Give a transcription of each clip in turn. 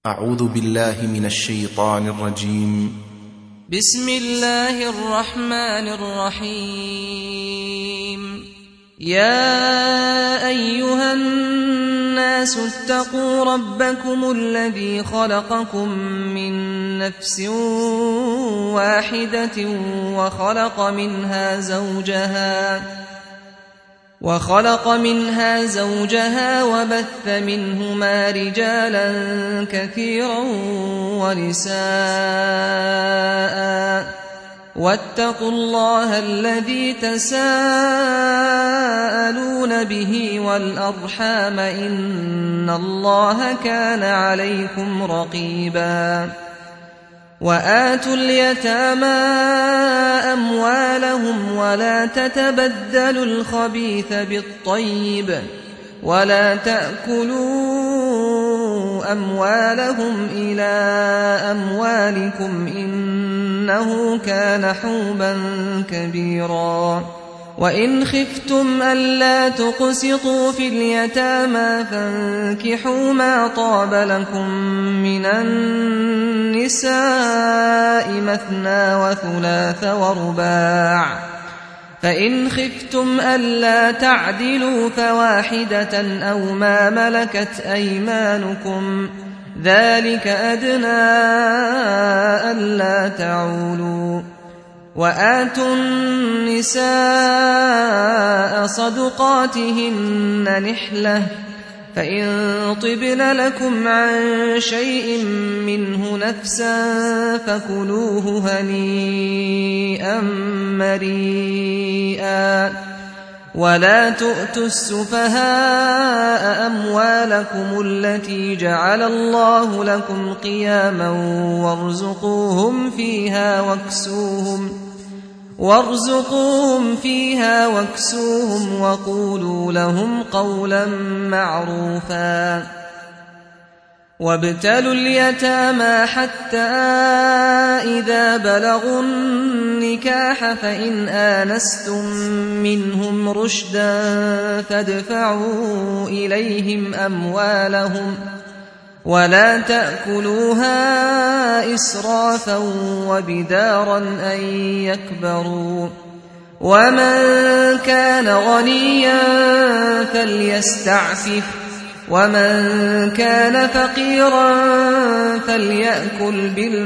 أعوذ بالله من الشيطان الرجيم. بسم الله الرحمن الرحيم. يا أيها الناس اتقوا ربكم الذي خلقكم من نفس واحدة وخلق منها زوجها وبث منهما رجالا كثيرا ونساء، واتقوا الله الذي تساءلون به والأرحام إن الله كان عليكم رقيبا. وآتوا اليتامى أموالهم ولا تتبدلوا الخبيث بالطيب ولا تأكلوا أموالهم إلى أموالكم إنه كان حوبا كبيرا. وإن خفتم ألا تقسطوا في اليتامى فانكحوا ما طاب لكم من النساء مثنى وثلاث ورباع، فإن خفتم ألا تعدلوا فواحدة أو ما ملكت أيمانكم ذلك أدنى ألا تعولوا. وآتوا النساء صدقاتهن نحلة، فإن طبن لكم عن شيء منه نفسا فكلوه هنيئا مريئا. ولا تؤتوا السفهاء أموالكم التي جعل الله لكم قياما وارزقوهم فيها واكسوهم وقولوا لهم قولا معروفا. وابتلوا اليتامى حتى إذا بلغوا النكاح فإن آنستم منهم رشدا فادفعوا إليهم أموالهم ولا تأكلوها إسرافا وبدارا أن يكبروا. ومن كان غنيا فليستعفف ومن كان فقيرا فليأكل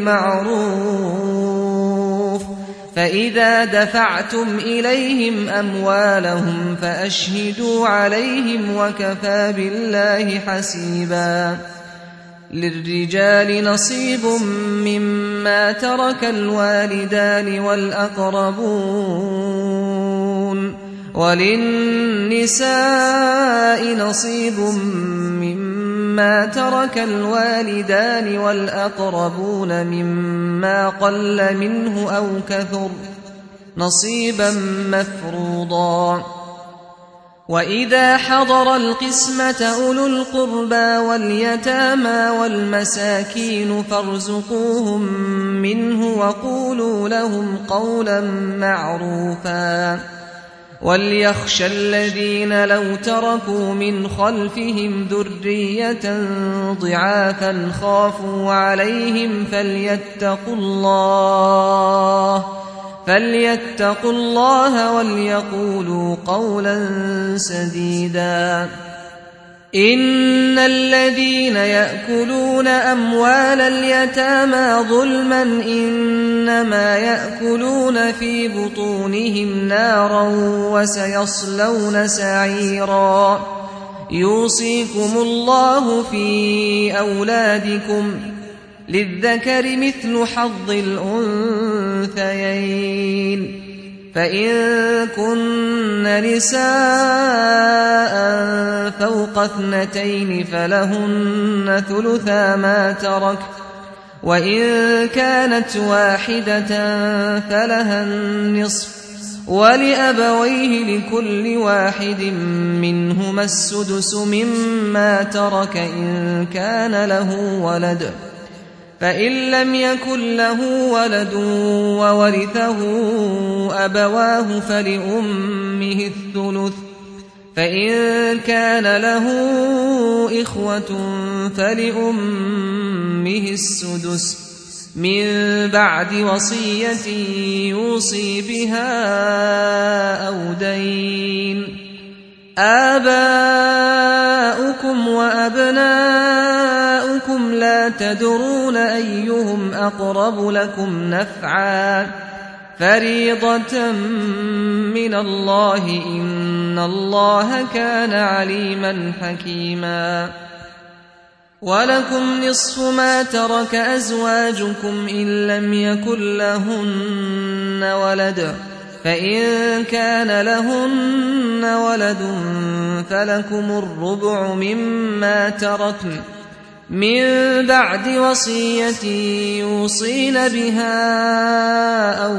بالمعروف. فإذا دفعتم إليهم أموالهم فأشهدوا عليهم وكفى بالله حسيبا. للرجال نصيب مما ترك الوالدان والأقربون، وللنساء نصيب مما ترك الوالدان والأقربون مما قل منه أو كثر نصيبا مفروضا. وإذا حضر القسمة أولو القربى واليتامى والمساكين فارزقوهم منه وقولوا لهم قولا معروفا. وليخشى الذين لو تركوا من خلفهم ذرية ضعافا خافوا عليهم فليتقوا الله وليقولوا قولا سديدا. إن الذين يأكلون أموال اليتامى ظلما إنما يأكلون في بطونهم نارا وسيصلون سعيرا. يوصيكم الله في أولادكم للذكر مثل حظ الأنثيين، فإن كن نساء فوق 2 فلهن ثلثا ما ترك، وإن كانت واحدة فلها النصف، ولأبويه لكل واحد منهما السدس مما ترك إن كان له ولد، فإن لم يكن له ولد وورثه أبواه فلأمه الثلث، فإن كان له إخوة فلأمه السدس من بعد وصية يوصي بها أو دين. آباؤكم وأبناؤكم لا تدرون أيهم أقرب لكم نفعا فريضة من الله إن الله كان عليما حكيما. ولكم نصف ما ترك أزواجكم إن لم يكن لهن ولد فإن كان لهن ولد فلكم الربع مما تركن من بعد وصية يوصين بها أو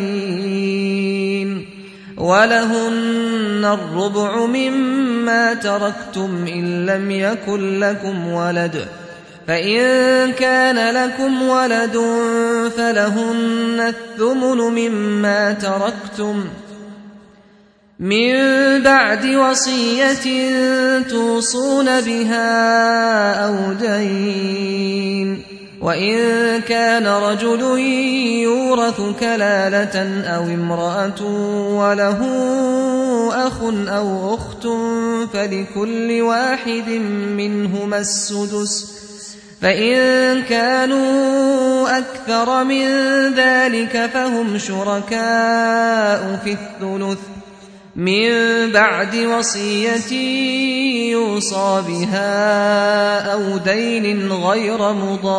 دين. ولهن الربع مما تركتم إن لم يكن لكم ولد فإن كان لكم ولد فلهن الثمن مما تركتم من بعد وصية توصون بها أو دين. وإن كان رجل يورث كلالة أو امرأة وله أخ أو أخت فلكل واحد منهما السدس فإن كانوا أكثر من ذلك فهم شركاء في الثلث من بعد وصية يوصى بها أو دين غير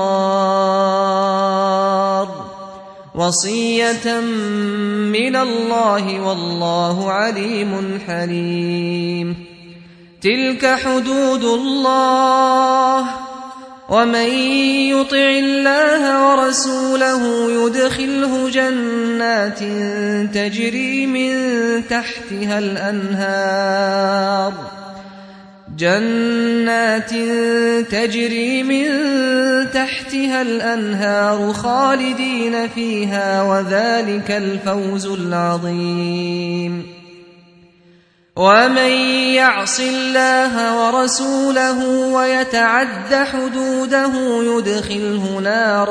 مضار وصية من الله والله عليم حليم. تلك حدود الله ومن يطع الله ورسوله يدخله جنات تجري من تحتها الأنهار خالدين فيها وذلك الفوز العظيم. ومن يعص الله ورسوله ويتعد حدوده يدخله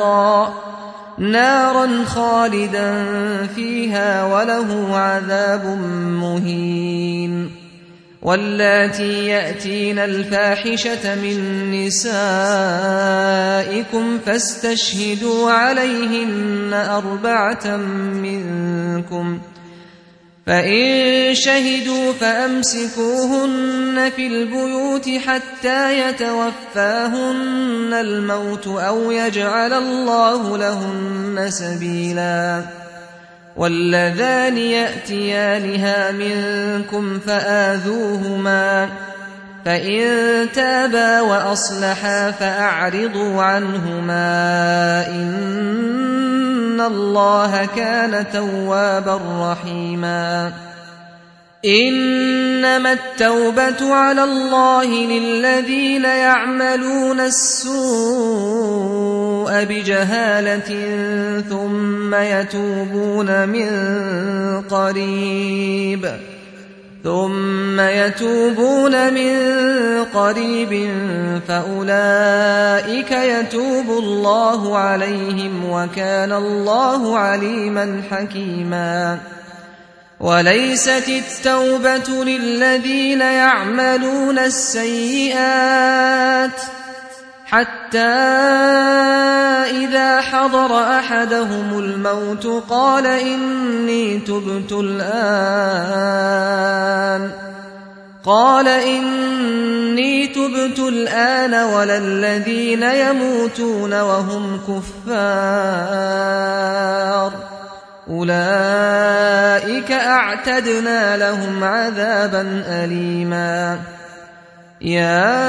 نارا خالدا فيها وله عذاب مهين. واللاتي يأتين الفاحشة من نسائكم فاستشهدوا عليهن 4 منكم فإن شهدوا فأمسكوهن في البيوت حتى يتوفاهن الموت أو يجعل الله لهن سبيلا. واللذان يأتيانها منكم فآذوهما فإن تابا وأصلحا فأعرضوا عنهما إن الله كان توابا رحيما. إنما التوبة على الله للذين يعملون السوء بجهالة ثم يتوبون من قريب فأولئك يتوب الله عليهم وكان الله عليما حكيما. وليست التوبة للذين يعملون السيئات حتى إذا حضر أحدهم الموت قال إني تبت الآن ولا الذين يموتون وهم كفار أولئك أعتدنا لهم عذابا أليما. يا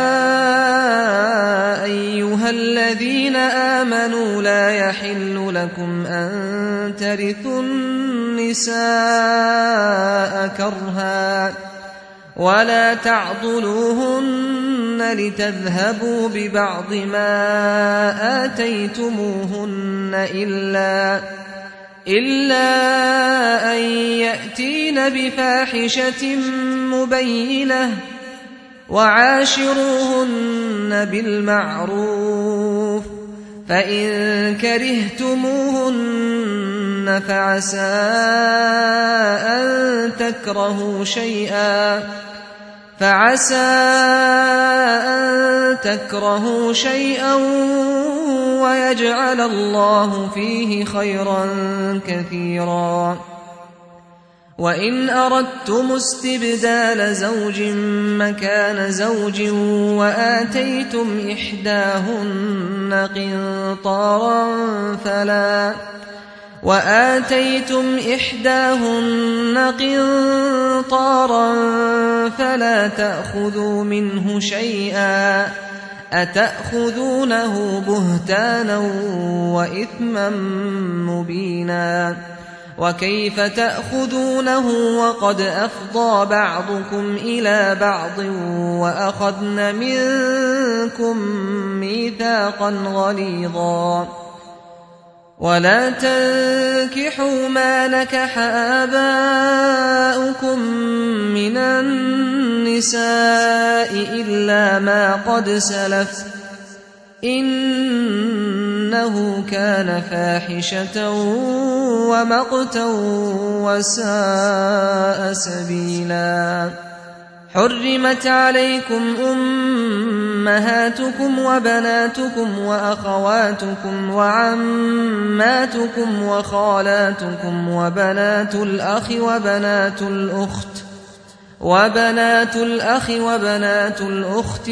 أيها الذين آمنوا لا يحل لكم أن ترثوا النساء كرها ولا تعضلوهن لتذهبوا ببعض ما آتيتموهن إلا أن يأتين بفاحشة مبينة وعاشروهن بالمعروف فإن كرهتموهن فعسى أن تكرهوا شيئا ويجعل الله فيه خيرا كثيرا. وإن أردتم استبدال زوج مكان زوج وآتيتم إحداهن قنطارا فلا تأخذوا منه شيئا أتأخذونه بهتانا وإثما مبينا. وكيف تأخذونه وقد أفضى بعضكم إلى بعض وأخذن منكم ميثاقا غليظا. ولا تنكحوا ما نكح آباؤكم من النساء إلا ما قد سلف إنه كان فاحشة ومقتا وساء سبيلا. حرمت عليكم أمهاتكم وبناتكم وأخواتكم وعماتكم وخالاتكم وبنات الأخ وبنات الأخت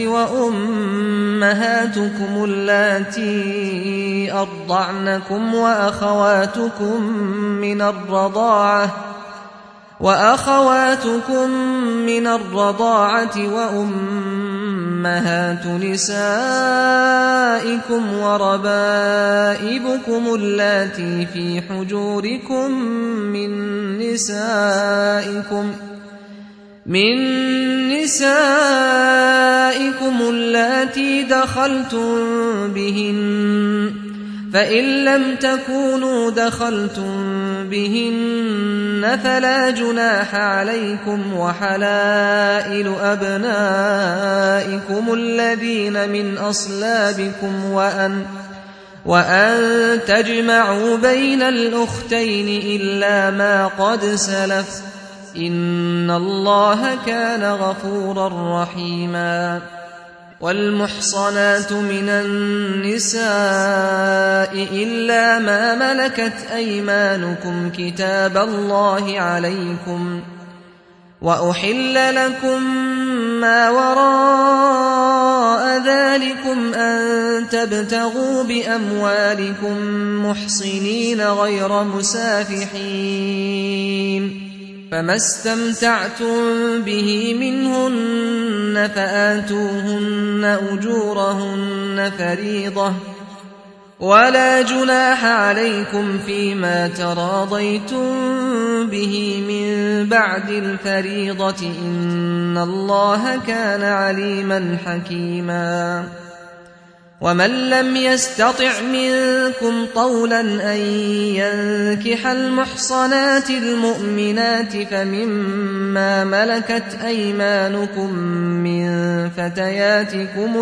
وأمهاتكم اللاتي أرضعنكم وأخواتكم من الرضاعة وأمهات نسائكم وربائبكم اللاتي في حجوركم من نسائكم اللاتي دخلتم بهن، فإن لم تكونوا دخلتم بهن فلا جناح عليكم. وحلائل أبنائكم الذين من أصلابكم وأن تجمعوا بين الأختين إلا ما قد سلف إن الله كان غفورا رحيما. والمحصنات من النساء إلا ما ملكت أيمانكم كتاب الله عليكم. وأحل لكم ما وراء ذلكم أن تبتغوا بأموالكم محصنين غير مسافحين، فما استمتعتم به منهن فآتوهن أجورهن فريضة، ولا جناح عليكم فيما تراضيتم به من بعد الفريضة إن الله كان عليما حكيما. ومن لم يستطع منكم طولا أن ينكح المحصنات المؤمنات فمما ملكت أيمانكم من فتياتكم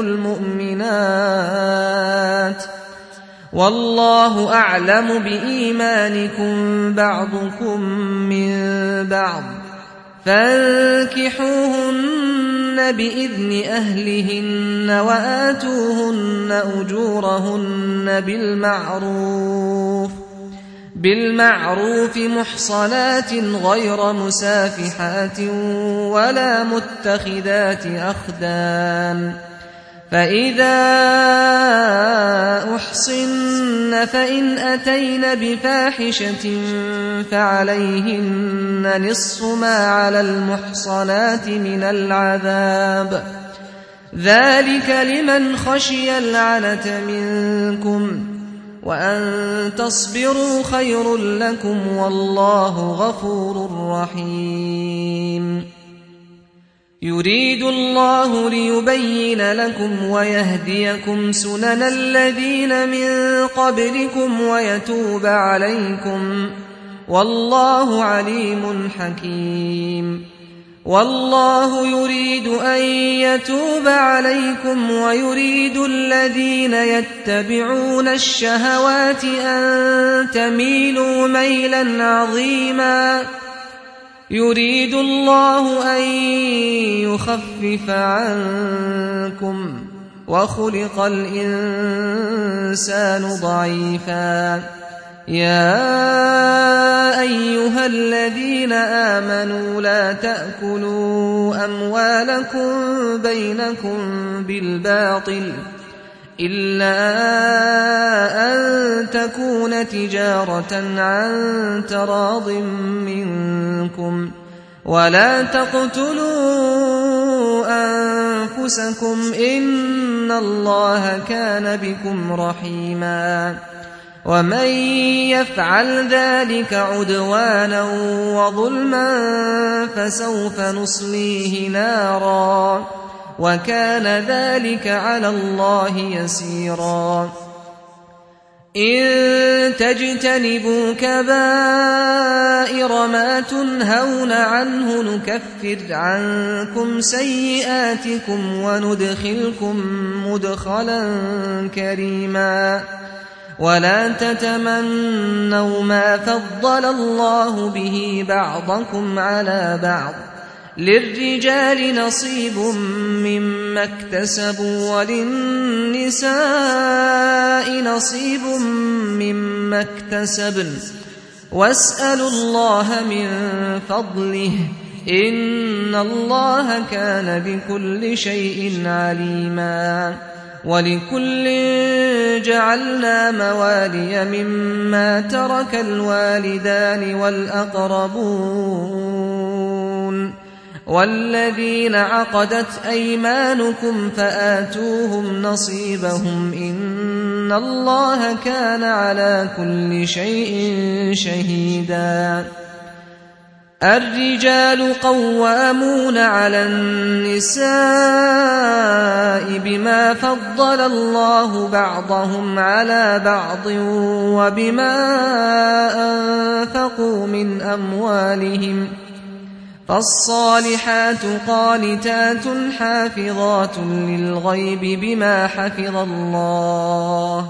المؤمنات، والله أعلم بإيمانكم بعضكم من بعض، فانكحوهن بإذن أهلهن وآتوهن أجورهن بالمعروف محصنات غير مسافحات ولا متخذات أخدان. فإذا أحصن فإن أتين بفاحشة فعليهن نصف ما على المحصنات من العذاب، ذلك لمن خشي العنة منكم، وأن تصبروا خير لكم والله غفور رحيم. يريد الله ليبين لكم ويهديكم سنن الذين من قبلكم ويتوب عليكم، والله عليم حكيم. والله يريد أن يتوب عليكم ويريد الذين يتبعون الشهوات أن تميلوا ميلا عظيما يريد الله أن يخفف عنكم وخلق الإنسان ضعيفا يا أيها الذين آمنوا لا تأكلوا أموالكم بينكم بالباطل إلا أن تكون تجارة عن تراض منكم ولا تقتلوا أنفسكم إن الله كان بكم رحيما ومن يفعل ذلك عدوانا وظلما فسوف نصليه نارا وكان ذلك على الله يسيرا إن تجتنبوا كبائر ما تنهون عنه نكفر عنكم سيئاتكم وندخلكم مدخلا كريما ولا تتمنوا ما فضل الله به بعضكم على بعض للرجال نصيب مما اكتسبوا وللنساء نصيب مما اكتسبن واسألوا الله من فضله إن الله كان بكل شيء عليما ولكل جعلنا موالي مما ترك الوالدان والأقربون والذين عقدت أيمانكم فآتوهم نصيبهم إن الله كان على كل شيء شهيدا الرجال قوامون على النساء بما فضل الله بعضهم على بعض وبما أنفقوا من أموالهم فالصالحات قانتات حافظات للغيب بما حفظ الله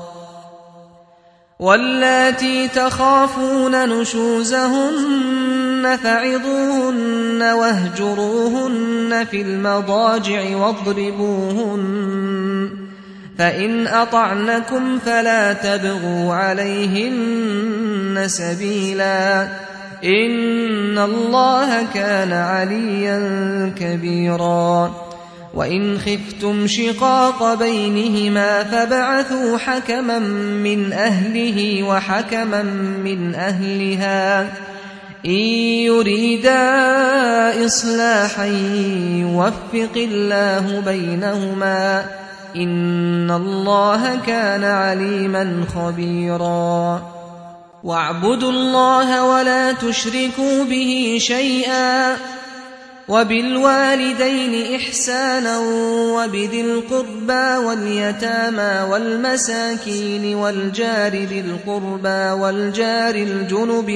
واللاتي تخافون نشوزهن فعظوهن واهجروهن في المضاجع واضربوهن فإن أطعنكم فلا تبغوا عليهن سبيلا إن الله كان عليا كبيرا وإن خفتم شقاق بينهما فابعثوا حكما من أهله وحكما من أهلها إن يريدا إصلاحا يوفق الله بينهما إن الله كان عليما خبيرا واعبدوا الله ولا تشركوا به شيئا وبالوالدين إحسانا وبذي القربى واليتامى والمساكين والجار ذي القربى والجار الجنب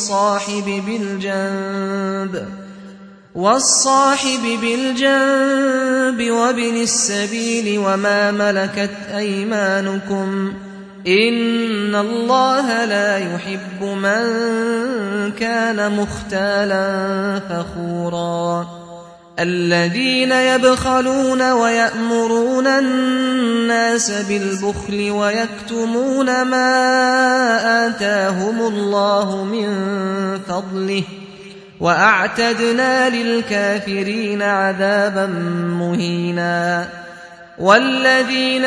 والصاحب بالجنب وابن السبيل وما ملكت أيمانكم إن الله لا يحب من كان مختالا فخورا الذين يبخلون ويأمرون الناس بالبخل ويكتمون ما آتاهم الله من فضله وأعتدنا للكافرين عذابا مهينا والذين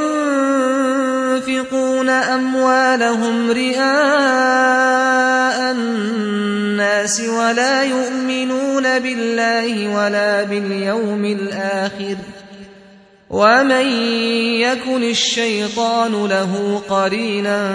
ينفقون أموالهم رئاء الناس ولا يؤمنون بالله ولا باليوم الآخر ومن يكن الشيطان له قرينا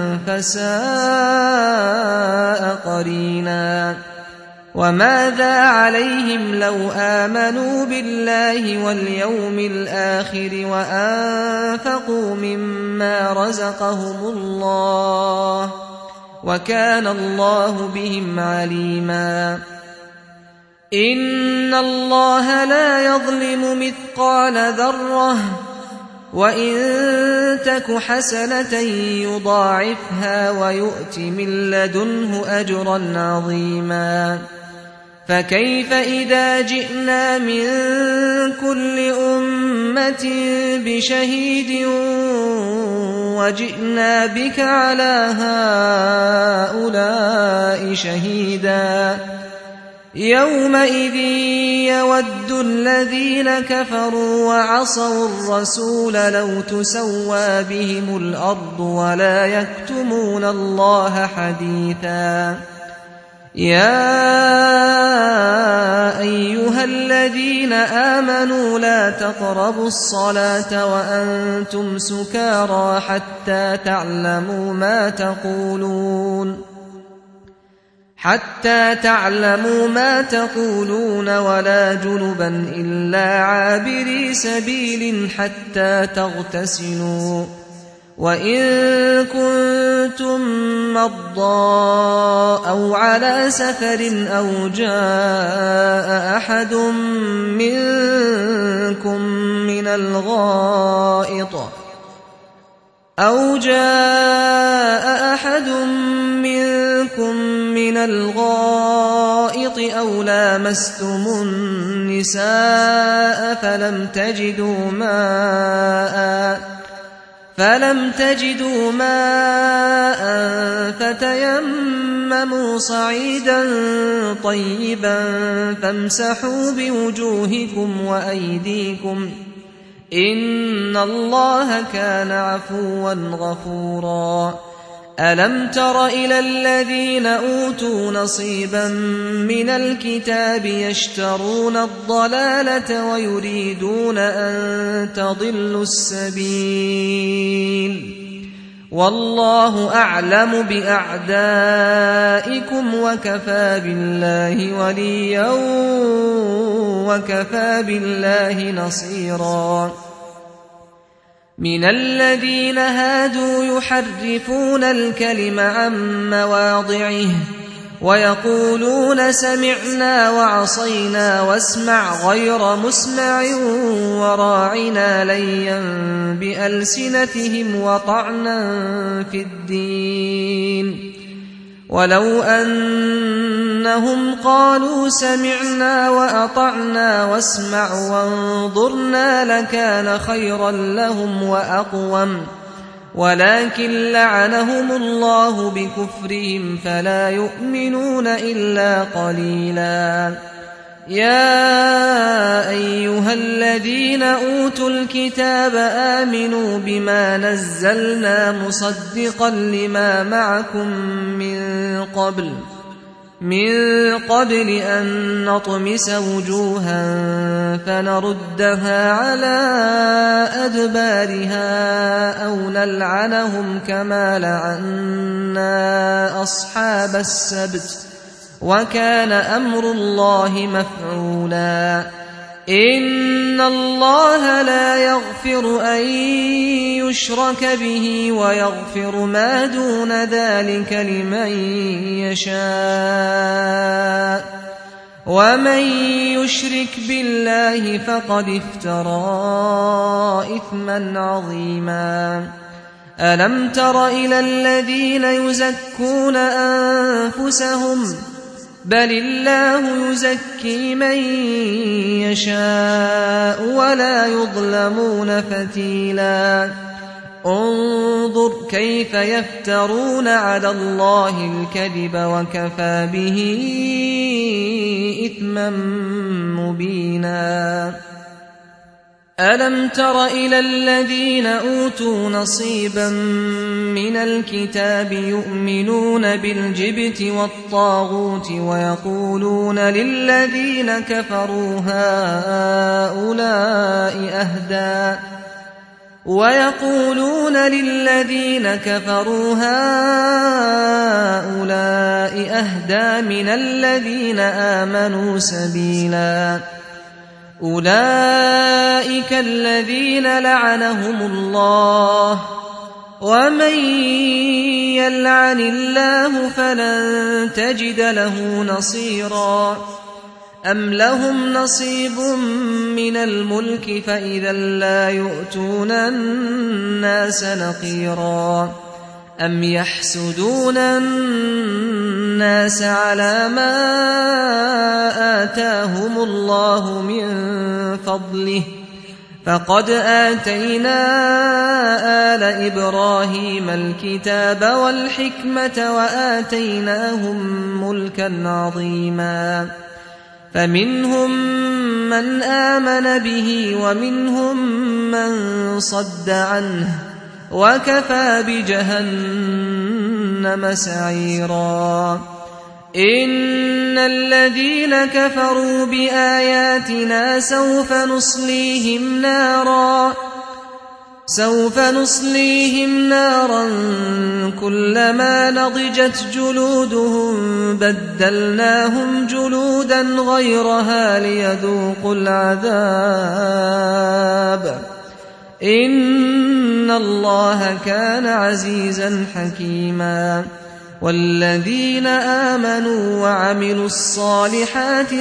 فساء قرينا وماذا عليهم لو آمنوا بالله واليوم الآخر وأنفقوا مما رزقهم الله وكان الله بهم عليما إن الله لا يظلم مثقال ذرة وإن تك حسنة يضاعفها ويؤت من لدنه أجرا عظيما فكيف إذا جئنا من كل أمة بشهيد وجئنا بك على هؤلاء شهيدا يومئذ يود الذين كفروا وعصوا الرسول لو تسوى بهم الأرض ولا يكتمون الله حديثا يا أيها الذين آمنوا لا تقربوا الصلاة وأنتم سكارى حتى تعلموا ما تقولون ولا جنبا إلا عابري سبيل حتى تغتسلوا وإن كنتم مرضى أو على سفر أو جاء أحد منكم من الغائط أو لامستم النساء فلم تجدوا ماء فتيمموا صعيدا طيبا فامسحوا بوجوهكم وأيديكم إن الله كان عفوا غفورا ألم تر إلى الذين أوتوا نصيبا من الكتاب يشترون الضلالة ويريدون أن تضلوا السبيل والله أعلم بأعدائكم وكفى بالله وليا وكفى بالله نصيرا من الذين هادوا يحرفون الكلم عن مواضعه ويقولون سمعنا وعصينا واسمع غير مسمع وراعنا ليا بألسنتهم وطعنا في الدين ولو أنهم قالوا سمعنا وأطعنا واسمع وانظرنا لكان خيرا لهم وأقوم ولكن لعنهم الله بكفرهم فلا يؤمنون إلا قليلا يا أيها الذين أوتوا الكتاب آمنوا بما نزلنا مصدقا لما معكم من قبل أن نطمس وجوها فنردها على أدبارها أو نلعنهم كما لعنا أصحاب السبت وكان أمر الله مفعولا إن الله لا يغفر أن يشرك به ويغفر ما دون ذلك لمن يشاء ومن يشرك بالله فقد افترى إثما عظيما ألم تر إلى الذين يزكون أنفسهم بل الله يزكي من يشاء ولا يظلمون فتيلا انظر كيف يفترون على الله الكذب وكفى به إثما مبينا ألم تر إلى الذين أوتوا نصيبا من الكتاب يؤمنون بالجبت والطاغوت ويقولون للذين كفروا هؤلاء أهدى من الذين آمنوا سبيلا أولئك الذين لعنهم الله ومن يلعن الله فلن تجد له نصيرا أم لهم نصيب من الملك فإذا لا يؤتون الناس نقيرا أم يحسدون الناس على ما آتاهم الله من فضله فقد آتينا آل إبراهيم الكتاب والحكمة وآتيناهم ملكا عظيما فمنهم من آمن به ومنهم من صد عنه وكفى بجهنم سعيرا إن الذين كفروا بآياتنا سوف نصليهم نارا كلما نضجت جلودهم بدلناهم جلودا غيرها ليذوقوا العذاب إن الله كان عزيزا حكيما والذين آمنوا وعملوا الصالحات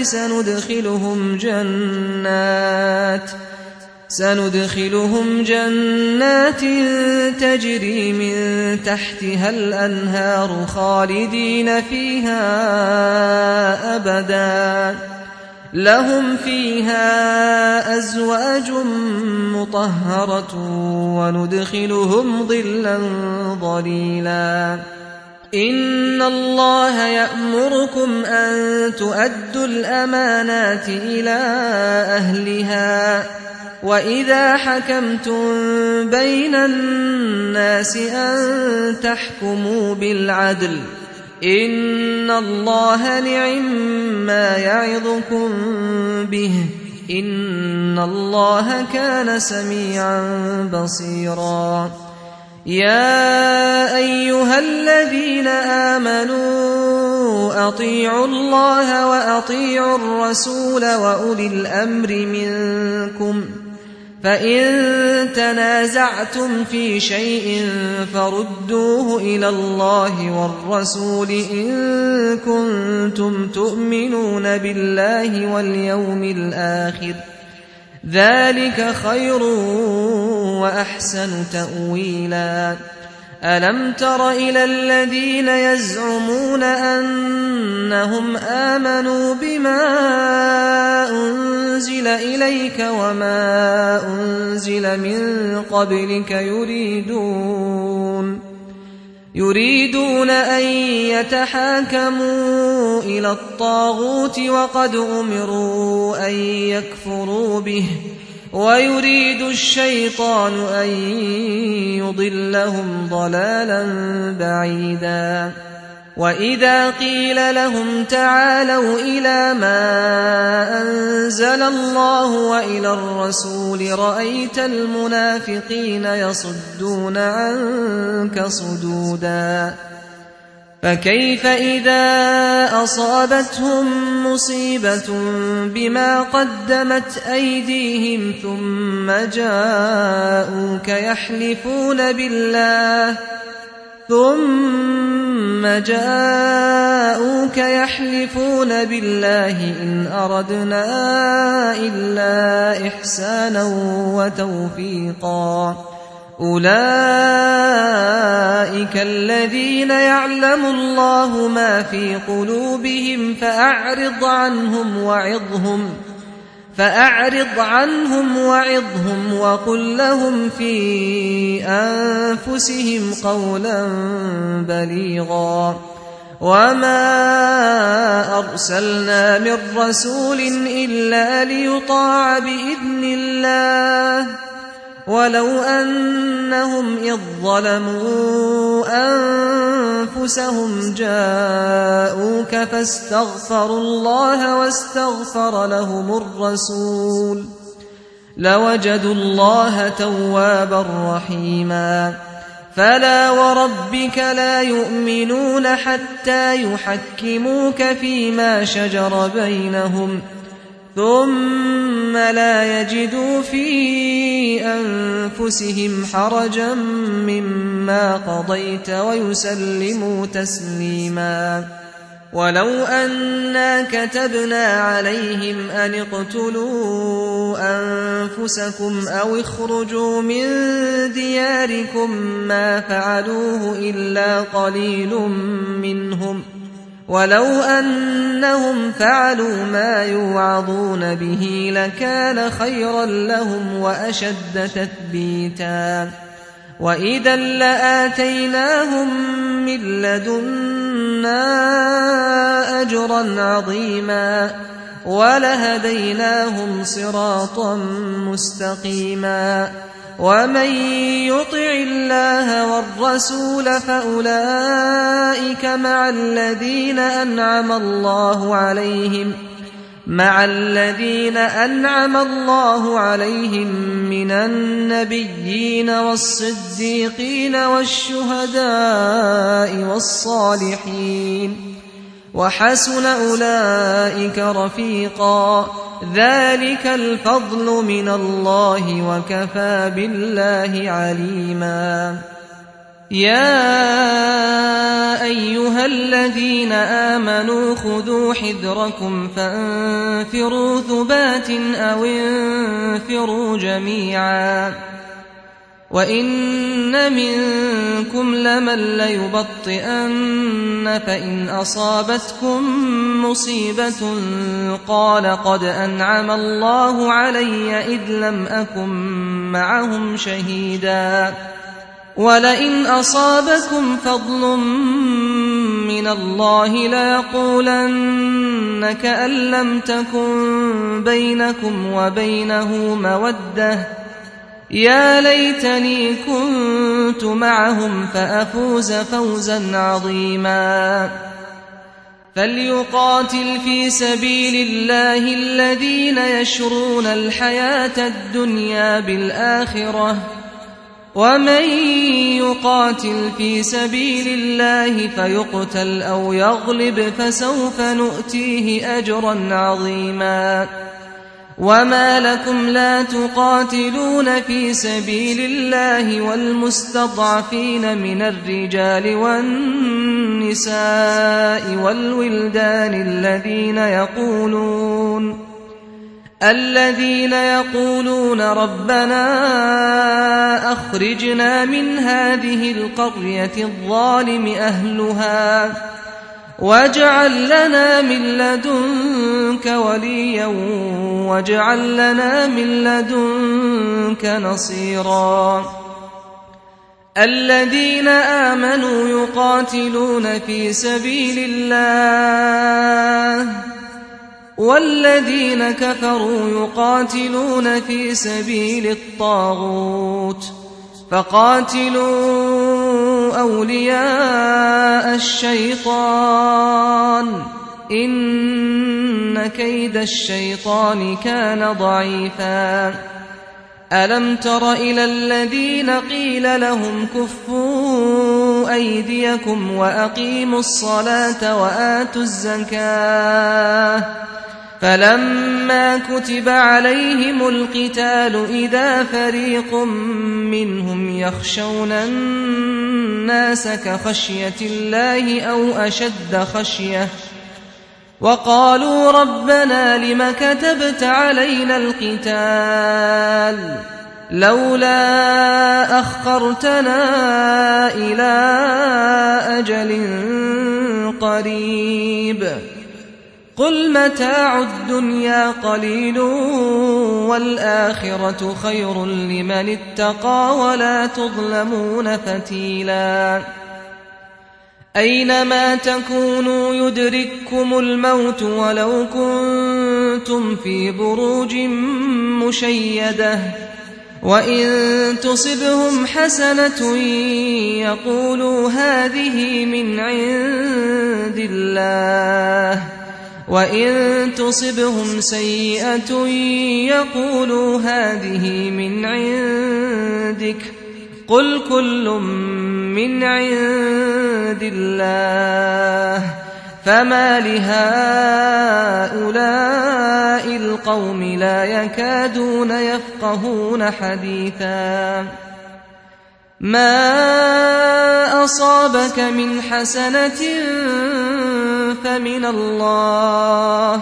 سندخلهم جنات تجري من تحتها الأنهار خالدين فيها أبدا لهم فيها أزواج مطهرة وندخلهم ظلا ظليلا إن الله يأمركم أن تؤدوا الأمانات إلى أهلها وإذا حكمتم بين الناس أن تحكموا بالعدل إن الله نعما يعظكم به إن الله كان سميعا بصيرا يا أيها الذين آمنوا أطيعوا الله وأطيعوا الرسول وأولي الأمر منكم فإن تنازعتم في شيء فردوه إلى الله والرسول إن كنتم تؤمنون بالله واليوم الآخر ذلك خير وأحسن تأويلا ألم تر إلى الذين يزعمون أنهم آمنوا بما أنزل إليك وما أنزل من قبلك يريدون أن يتحاكموا إلى الطاغوت وقد أمروا أن يكفروا به ويريد الشيطان أن يضلهم ضلالا بعيدا وإذا قيل لهم تعالوا إلى ما أنزل الله وإلى الرسول رأيت المنافقين يصدون عنك صدودا فكيف إذا أصابتهم مصيبة بما قدمت أيديهم ثم جاءوك يحلفون بالله إن أردنا إلا إحسانا وتوفيقا أولئك الذين يعلم الله ما في قلوبهم فأعرض عنهم وعظهم وقل لهم في أنفسهم قولا بليغا وما أرسلنا من رسول إلا ليطاع بإذن الله ولو أنهم إذ ظلموا أنفسهم جاءوك فاستغفروا الله واستغفر لهم الرسول لوجدوا الله توابا رحيما فلا وربك لا يؤمنون حتى يحكموك فيما شجر بينهم ثم لا يجدوا في أنفسهم حرجا مما قضيت ويسلموا تسليما ولو أنا كتبنا عليهم أن اقتلوا أنفسكم أو اخرجوا من دياركم ما فعلوه إلا قليل منهم ولو أنهم فعلوا ما يوعظون به لكان خيرا لهم وأشد تثبيتا وإذا لآتيناهم من لدنا أجرا عظيما ولهديناهم صراطا مستقيما ومن يطع الله والرسول فأولئك مع الذين أنعم الله عليهم من النبيين والصديقين والشهداء والصالحين وحسن أولئك رفيقا ذلك الفضل من الله وكفى بالله عليما يا أيها الذين آمنوا خذوا حذركم فانفروا ثبات أو انفروا جميعا وإن منكم لمن ليبطئن فإن أصابتكم مصيبة قال قد أنعم الله علي إذ لم أكن معهم شهيدا ولئن أصابكم فضل من الله ليقولن كأن لم تكن بينكم وبينه مودة يا ليتني كنت معهم فأفوز فوزا عظيما فليقاتل في سبيل الله الذين يشرون الحياة الدنيا بالآخرة ومن يقاتل في سبيل الله فيقتل أو يغلب فسوف نؤتيه أجرا عظيما وما لكم لا تقاتلون في سبيل الله والمستضعفين من الرجال والنساء والولدان الذين يقولون ربنا أخرجنا من هذه القرية الظالم أهلها واجعل لنا من لدنك وليا واجعل لنا من لدنك نصيرا الذين آمنوا يقاتلون في سبيل الله والذين كفروا يقاتلون في سبيل الطاغوت فقاتلوا أولياء الشيطان إن كيد الشيطان كان ضعيفا ألم تر إلى الذين قيل لهم كفوا أيديكم وأقيموا الصلاة وآتوا الزكاة فلما كتب عليهم القتال إذا فريق منهم يخشون الناس كخشية الله أو أشد خشية وقالوا ربنا لم كتبت علينا القتال لولا أخرتنا إلى أجل قريب قل متاع الدنيا قليل والآخرة خير لمن اتقى ولا تظلمون فتيلا أينما تكونوا يدرككم الموت ولو كنتم في بروج مشيدة وإن تصبهم حسنة يقولوا هذه من عند الله وإن تصبهم سيئة يقولوا هذه من عندك قل كل من عند الله فما لهؤلاء القوم لا يكادون يفقهون حديثا ما أصابك من حسنة فمن الله،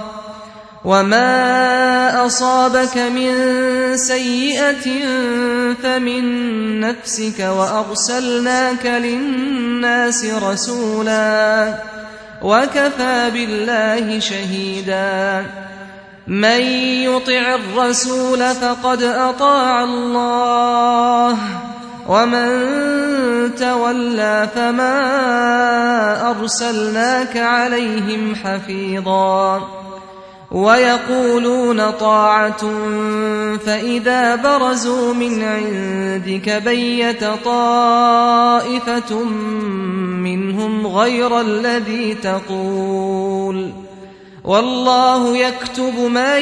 وما أصابك من سيئة فمن نفسك، وأرسلناك للناس رسولا وكفى بالله شهيدا. من يطع الرسول فقد أطاع الله، ومن تولى فما أرسلناك عليهم حفيظا. ويقولون طاعة فإذا برزوا من عندك بيت طائفة منهم غير الذي تقول، والله يكتب ما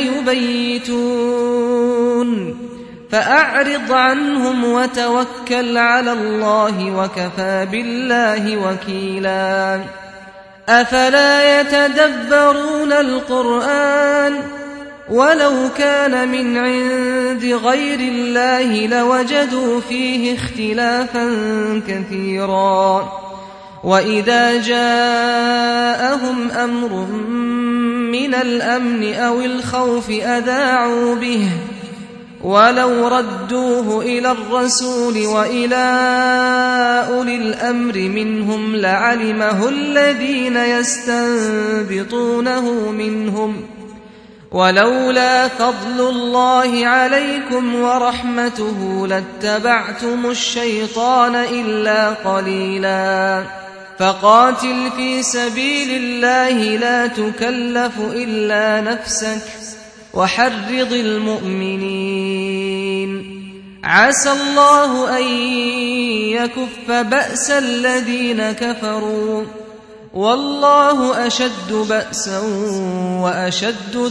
يبيتون. فأعرض عنهم وتوكل على الله، وكفى بالله وكيلا. أفلا يتدبرون القرآن؟ ولو كان من عند غير الله لوجدوا فيه اختلافا كثيرا. وإذا جاءهم أمر من الأمن أو الخوف أذاعوا به، ولو ردوه إلى الرسول وإلى أولي الأمر منهم لعلمه الذين يستنبطونه منهم، ولولا فضل الله عليكم ورحمته لاتبعتم الشيطان إلا قليلا. فقاتل في سبيل الله لا تكلف إلا نفسك، وحرض المؤمنين. عسى الله أن يكف بأس الذين كفروا، والله أشد بأسا وأشد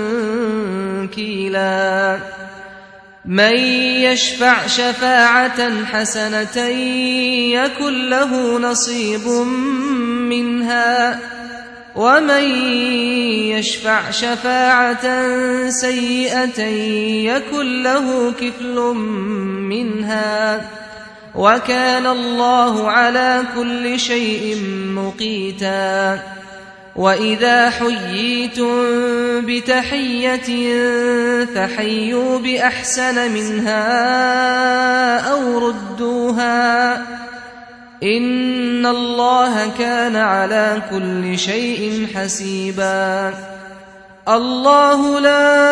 تنكيلا. من يشفع شفاعة حسنة يكن له نصيب منها، ومن يشفع شفاعة سيئة يكن له كفل منها، وكان الله على كل شيء مقيتا. وإذا حييتم بتحية فحيوا بأحسن منها أو ردوها، إن الله كان على كل شيء حسيبا. الله لا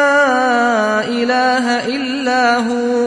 إله إلا هو،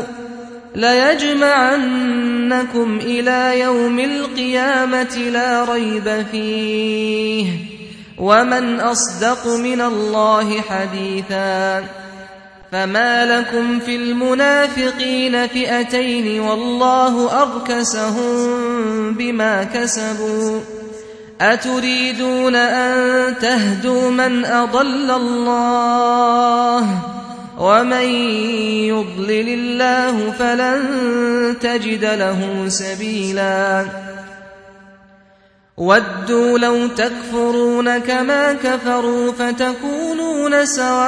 ليجمعنكم إلى يوم القيامة لا ريب فيه، ومن أصدق من الله حديثا. فما لكم في المنافقين فئتين والله أركسهم بما كسبوا، أتريدون أن تهدوا من أضل الله، ومن يضلل الله فلن تجد له سبيلا. ودوا لو تكفرون كما كفروا فتكونون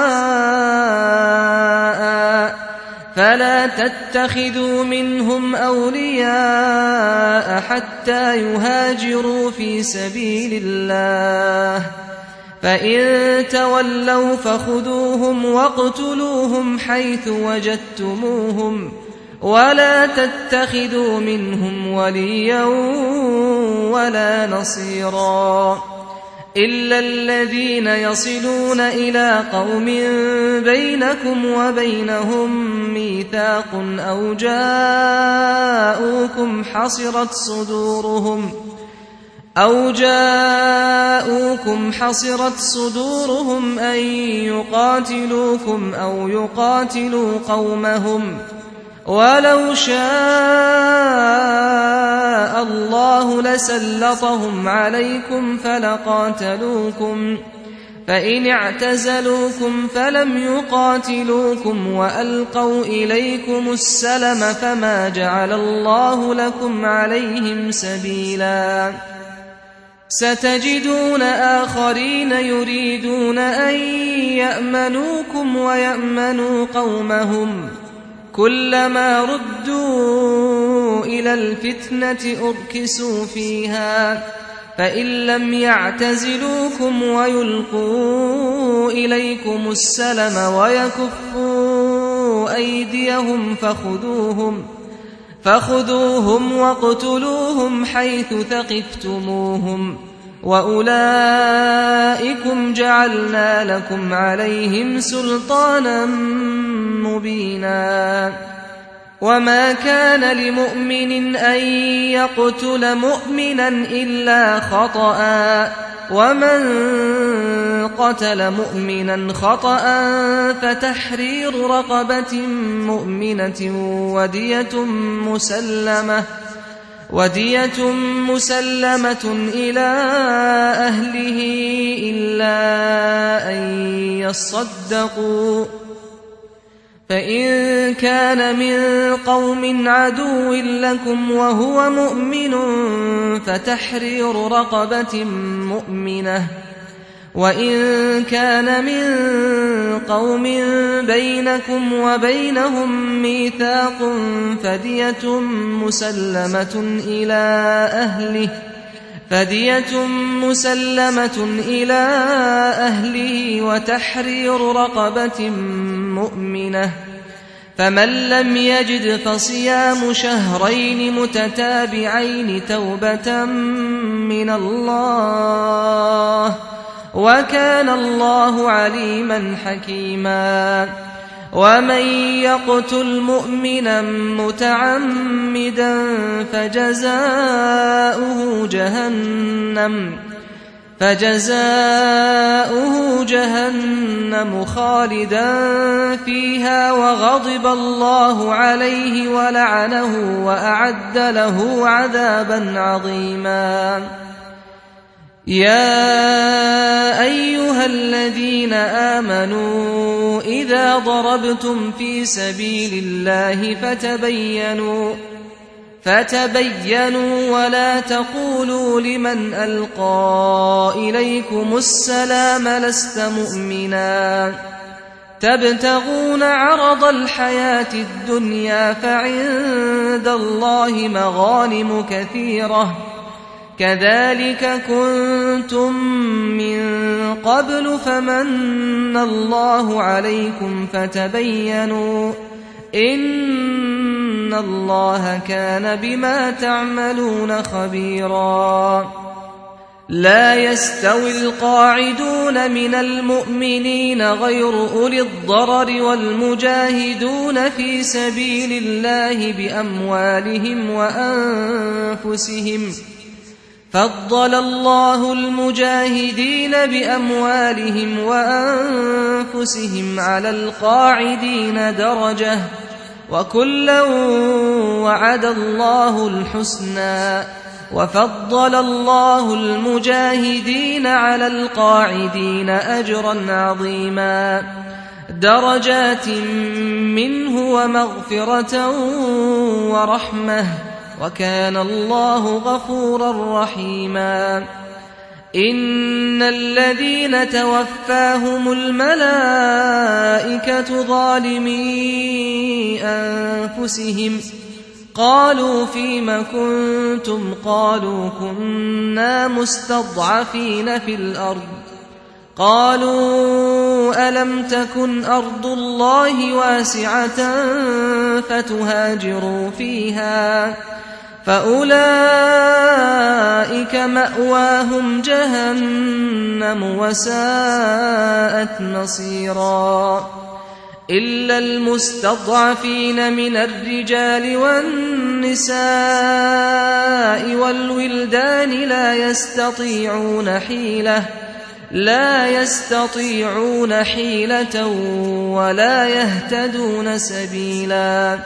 سواء، فلا تتخذوا منهم أولياء حتى يهاجروا في سبيل الله، فإن تولوا فخذوهم واقتلوهم حيث وجدتموهم، ولا تتخذوا منهم وليا ولا نصيرا، إلا الذين يصلون إلى قوم بينكم وبينهم ميثاق أو جاءوكم حصرت صدورهم أن يقاتلوكم أو يقاتلوا قومهم، ولو شاء الله لسلطهم عليكم فلقاتلوكم، فإن اعتزلوكم فلم يقاتلوكم وألقوا إليكم السلم فما جعل الله لكم عليهم سبيلا. ستجدون آخرين يريدون أن يأمنوكم ويأمنوا قومهم، كلما ردوا إلى الفتنة أركسوا فيها، فإن لم يعتزلوكم ويلقوا إليكم السلم ويكفوا أيديهم فخذوهم واقتلوهم حيث ثقفتموهم وأولئكم جعلنا لكم عليهم سلطانا مبينا وما كان لمؤمن أن يقتل مؤمنا إلا خطأ ومن قتل مؤمنا خطأ فتحرير رقبة مؤمنة ودية مسلمة إلى أهله إلا أن يصدقوا فإن كان من قوم عدو لكم وهو مؤمن فتحرير رقبة مؤمنة وإن كان من قوم بينكم وبينهم ميثاق فدية مسلمة إلى أهله وتحرير رقبة مؤمنة فمن لم يجد فصيام شهرين متتابعين توبة من الله وكان الله عليما حكيما ومن يقتل مؤمنا متعمدا فجزاؤه جهنم خالدا فيها وغضب الله عليه ولعنه وأعد له عذابا عظيما يا أيها الذين آمنوا إذا ضربتم في سبيل الله فتبينوا ولا تقولوا لمن ألقى إليكم السلام لست مؤمنا تبتغون عرض الحياة الدنيا فعند الله مغانم كثيرة كذلك كنتم من قبل فمن الله عليكم فتبينوا إن الله كان بما تعملون خبيرا لا يستوي القاعدون من المؤمنين غير أولي الضرر والمجاهدون في سبيل الله بأموالهم وأنفسهم فضل الله المجاهدين بأموالهم وأنفسهم على القاعدين درجة وكلا وعد الله الحسنى وفضل الله المجاهدين على القاعدين أجرا عظيما درجات منه ومغفرة ورحمة وكان الله غفورا رحيما إن الذين توفاهم الملائكة ظالمي أنفسهم قالوا فيم كنتم قالوا كنا مستضعفين في الأرض قالوا ألم تكن أرض الله واسعة فتهاجروا فيها فأولئك مأواهم جهنم وساءت مصيرا إلا المستضعفين من الرجال والنساء والولدان لا يستطيعون حيلة ولا يهتدون سبيلا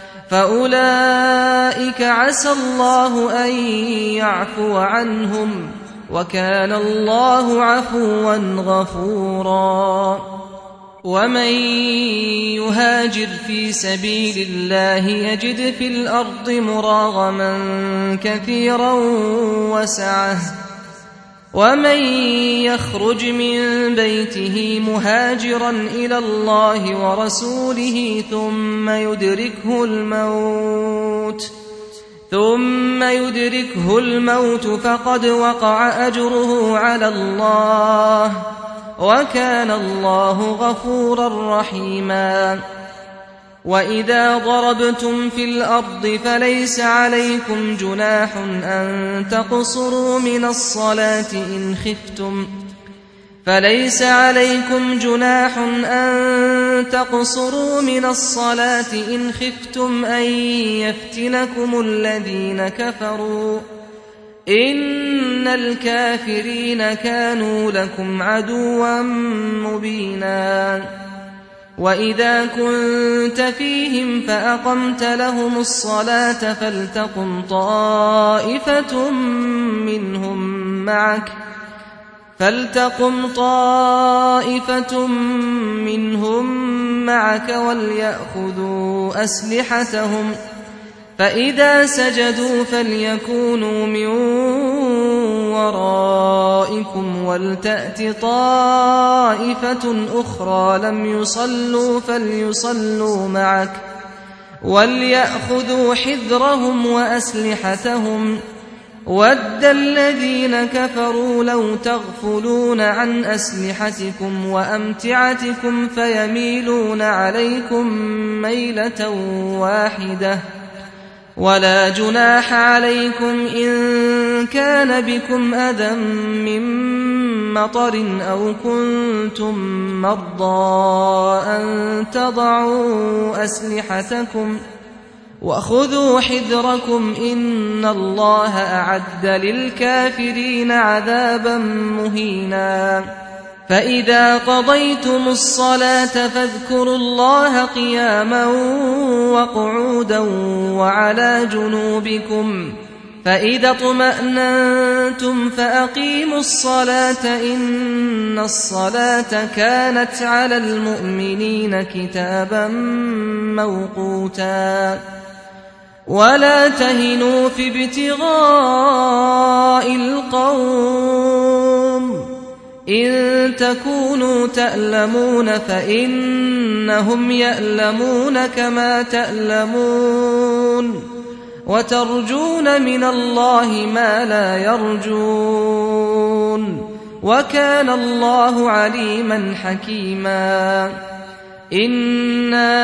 فأولئك عسى الله أن يعفو عنهم وكان الله عفوا غفورا ومن يهاجر في سبيل الله يجد في الأرض مراغما كثيرا وسعة ومن يخرج من بيته مهاجرا إلى الله ورسوله ثم ثم يدركه الموت فقد وقع أجره على الله وكان الله غفورا رحيما وإذا ضربتم في الأرض فليس عليكم جناح أن تقصروا من الصلاة إن خفتم أن يفتنكم الذين كفروا إن الكافرين كانوا لكم عدوا مبينا وإذا كنت فيهم فأقمت لهم الصلاة فلتقم طائفة منهم معك وليأخذوا أسلحتهم فإذا سجدوا فليكونوا من ورائكم ولتأت طائفة أخرى لم يصلوا فليصلوا معك وليأخذوا حذرهم وأسلحتهم وَدَّ الَّذِينَ كَفَرُوا لَوْ تَغْفُلُونَ عَنْ أَسْلِحَتِكُمْ وَأَمْتِعَتِكُمْ فَيَمِيلُونَ عَلَيْكُمْ مَيْلَةً وَاحِدَةً وَلَا جُنَاحَ عَلَيْكُمْ إِن كَانَ بِكُمْ أَذًى مِّن مَّطَرٍ أَوْ كُنتُم مَّرْضَىٰ أَن تَضَعُوا أَسْلِحَتَكُمْ وَخُذُوا حِذْرَكُمْ إِنَّ اللَّهَ أَعَدَّ لِلْكَافِرِينَ عَذَابًا مُّهِينًا فَإِذَا قَضَيْتُمُ الصَّلَاةَ فاذكروا اللَّهَ قِيَامًا وَقُعُودًا وَعَلَى جُنُوبِكُمْ فَإِذَا اطْمَأْنَنتُمْ فَأَقِيمُوا الصَّلَاةَ إِنَّ الصَّلَاةَ كَانَتْ عَلَى الْمُؤْمِنِينَ كِتَابًا مَّوْقُوتًا وَلَا تَهِنُوا فِي ابْتِغَاءِ الْقَوْمِ إِن تَكُونُوا تَأْلَمُونَ فَإِنَّهُمْ يَأْلَمُونَ كَمَا تَأْلَمُونَ وَتَرْجُونَ مِنَ اللَّهِ مَا لَا يَرْجُونَ وَكَانَ اللَّهُ عَلِيمًا حَكِيمًا إِنَّا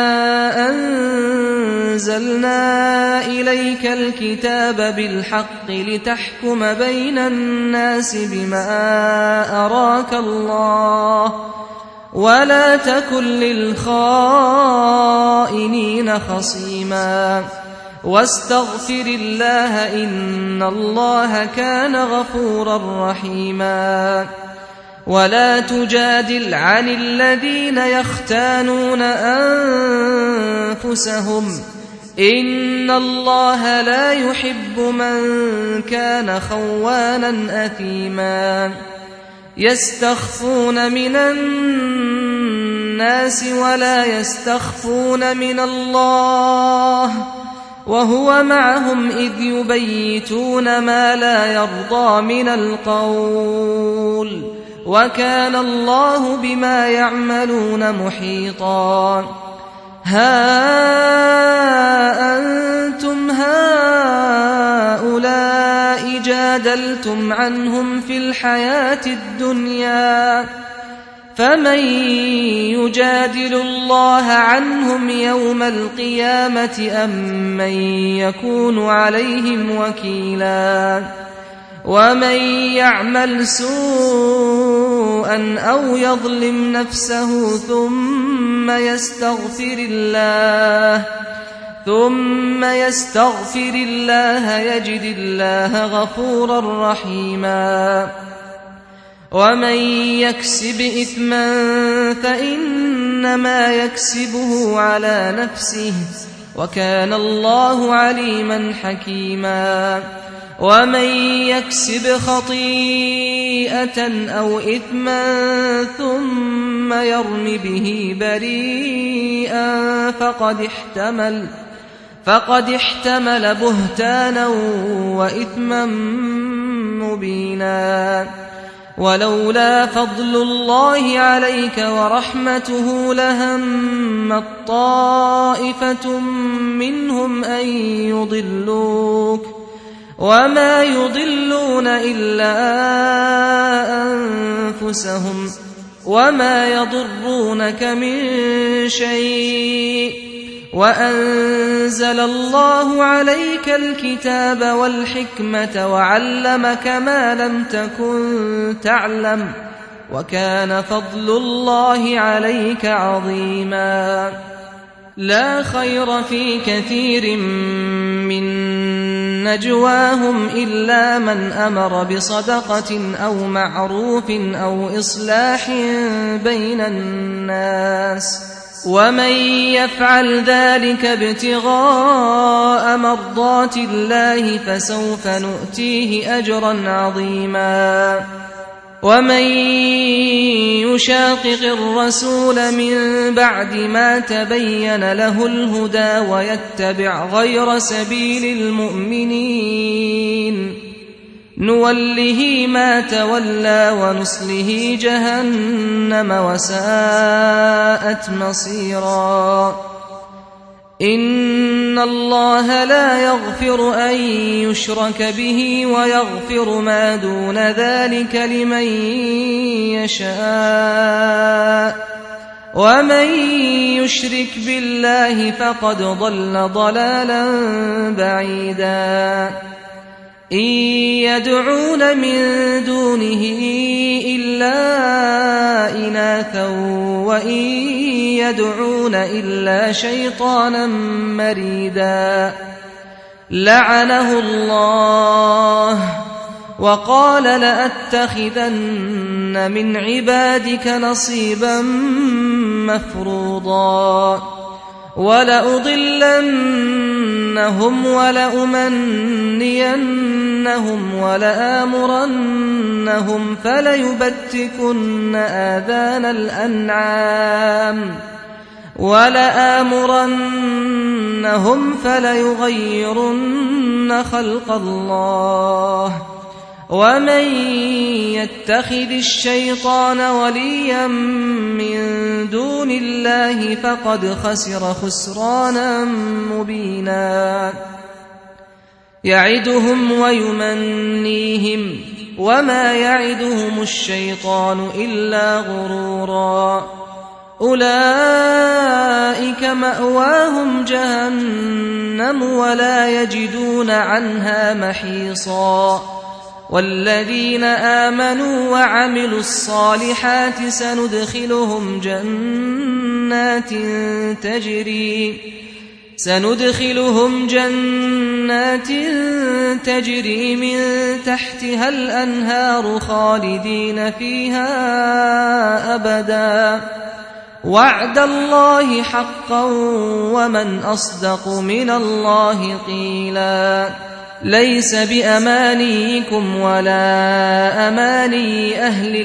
أَنزَلْنَا إِلَيْكَ الْكِتَابَ بِالْحَقِّ لِتَحْكُمَ بَيْنَ النَّاسِ بِمَا أَرَاكَ اللَّهُ وَلَا تَكُن لِّلْخَائِنِينَ خَصِيمًا وَاسْتَغْفِرِ اللَّهَ إِنَّ اللَّهَ كَانَ غَفُورًا رَّحِيمًا وَلَا تُجَادِلْ عَنِ الَّذِينَ يَخْتَانُونَ أَنفُسَهُمْ إِنَّ اللَّهَ لا يُحِبُّ مَن كَانَ خَوَّانًا أَثِيمًا يَسْتَخْفُونَ مِنَ النَّاسِ وَلَا يَسْتَخْفُونَ مِنَ اللَّهِ وَهُوَ مَعَهُمْ إِذْ يُبَيِّتُونَ ما لا يرضى من القول وكان الله بما يعملون محيطا ها أنتم هؤلاء جادلتم عنهم في الحياة الدنيا فمن يجادل الله عنهم يوم القيامة أم من يكون عليهم وكيلا ومن يعمل سوءا أو يظلم نفسه ثم يستغفر الله يجد الله غفورا رحيما ومن يكسب إثما فإنما يكسبه على نفسه وكان الله عليما حكيما ومن يكسب خطيئة أو إثما ثم يرم به بريئا فقد احتمل بهتانا وإثما مبينا ولولا فضل الله عليك ورحمته لهمت طائفة منهم أن يضلوك وما يضلون إلا أنفسهم وما يضرونك من شيء وأنزل الله عليك الكتاب والحكمة وعلمك ما لم تكن تعلم وكان فضل الله عليك عظيما لا خير في كثير من نجواهم إلا من أمر بصدقة أو معروف أو إصلاح بين الناس ومن يفعل ذلك ابتغاء مرضات الله فسوف نؤتيه أجرا عظيما ومن يشاقق الرسول من بعد ما تبين له الهدى ويتبع غير سبيل المؤمنين نوله ما تولى ونصله جهنم وساءت مصيرا إن الله لا يغفر أن يشرك به ويغفر ما دون ذلك لمن يشاء ومن يشرك بالله فقد ضل ضلالا بعيدا إن يدعون من دونه إلا إناثا وإن يدعون إلا شيطانا مريدا لعنه الله وقال لأتخذن من عبادك نصيبا مفروضا ولأضلنهم ولأمنينهم ولآمرنهم فليبتكن آذان الأنعام ولآمرنهم فليغيرن خلق الله ومن يتخذ الشيطان وليا من دون الله فقد خسر خسرانا مبينا يعدهم ويمنيهم وما يعدهم الشيطان إلا غرورا أولئك مأواهم جهنم ولا يجدون عنها محيصا والذين آمنوا وعملوا الصالحات سندخلهم جنات تجري من تحتها الأنهار خالدين فيها أبدا وعد الله حقا ومن أصدق من الله قيلا ليس بأمانيكم ولا أماني أهل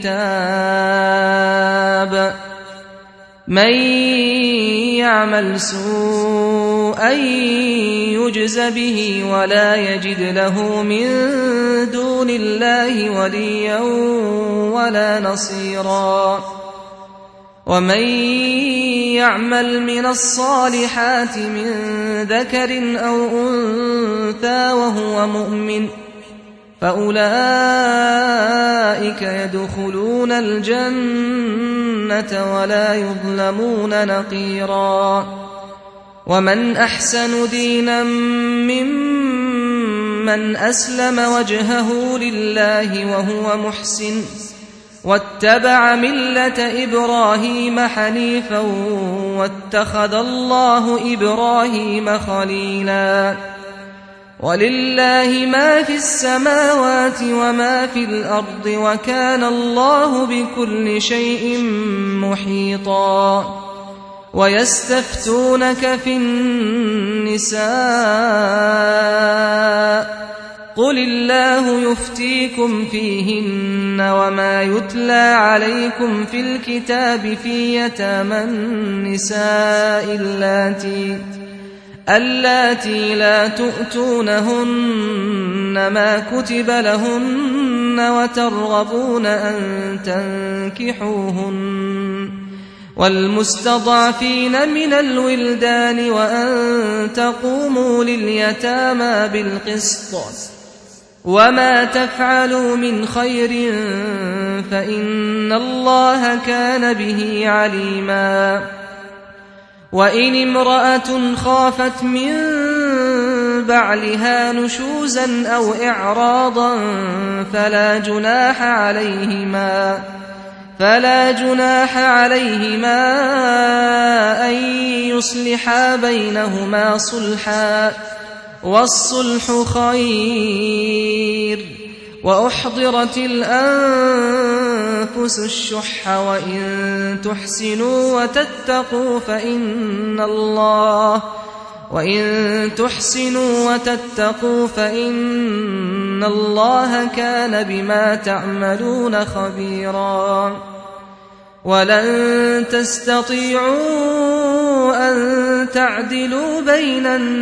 الكتاب من يعمل سوءا يجز به ولا يجد له من دون الله وليا ولا نصيرا ومن يعمل من الصالحات من ذكر أو أنثى وهو مؤمن فأولئك يدخلون الجنة ولا يظلمون نقيرا ومن أحسن دينا ممن أسلم وجهه لله وهو محسن واتبع ملة إبراهيم حنيفا واتخذ الله إبراهيم خليلا ولله ما في السماوات وما في الأرض وكان الله بكل شيء محيطا ويستفتونك في النساء قل الله يفتيكم فيهن وما يتلى عليكم في الكتاب في يتامى النساء اللاتي لا تؤتونهن ما كتب لهن وترغبون أن تنكحوهن والمستضعفين من الولدان وأن تقوموا لليتامى بالقسط وما تفعلوا من خير فإن الله كان به عليما وإن امرأة خافت من بعلها نشوزا أو إعراضا فلا جناح عليهما أن يصلحا بينهما صلحا والصلح خير وأحضرت الأنفس الشح وإن تحسنوا وتتقوا فإن الله كان بما تعملون خبيرا ولن تستطيعوا أن تعدلوا بين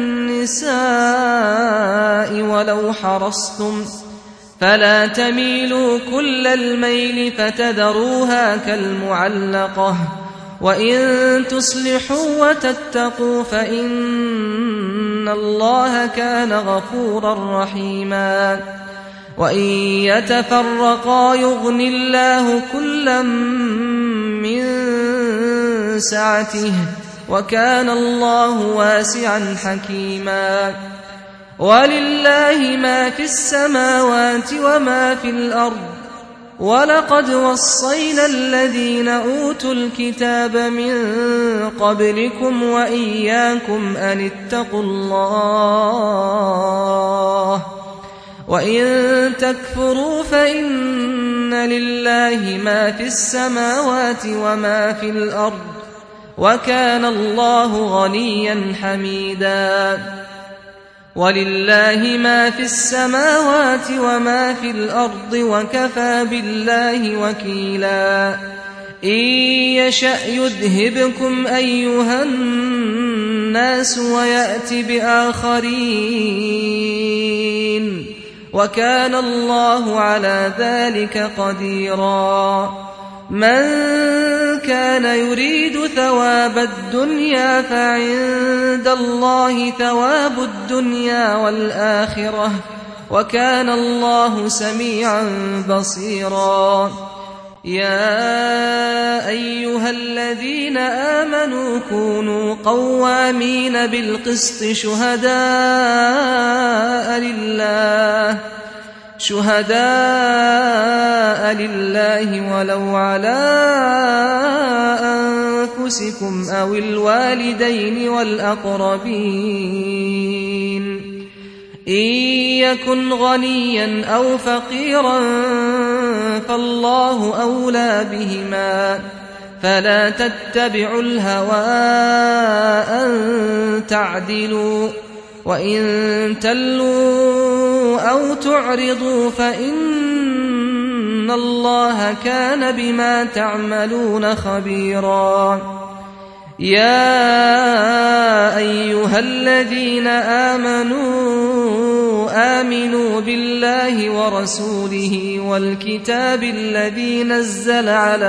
النساء ولو حرصتم فلا تميلوا كل الميل فتذروها كالمعلقة وإن تصلحوا وتتقوا فإن الله كان غفورا رحيما وإن يتفرقا يغن الله كلا من سعته وكان الله واسعا حكيما ولله ما في السماوات وما في الأرض ولقد وصينا الذين أوتوا الكتاب من قبلكم وإياكم أن اتقوا الله وإن تكفروا فإن لله ما في السماوات وما في الأرض وكان الله غنيا حميدا ولله ما في السماوات وما في الأرض وكفى بالله وكيلا إن يشأ يذهبكم أيها الناس ويأت بآخرين وكان الله على ذلك قديرا من كان يريد ثواب الدنيا فعند الله ثواب الدنيا والآخرة وكان الله سميعا بصيرا يا أيها الذين آمنوا كونوا قوامين بالقسط شهداء لله ولو على أنفسكم أو الوالدين والأقربين إن يكن غنيا أو فقيرا فالله أولى بهما فلا تتبعوا الهوى أن تعدلوا وإن تلوا أو تعرضوا فإن الله كان بما تعملون خبيرا يا أيها الذين آمنوا بالله ورسوله والكتاب الذي نزل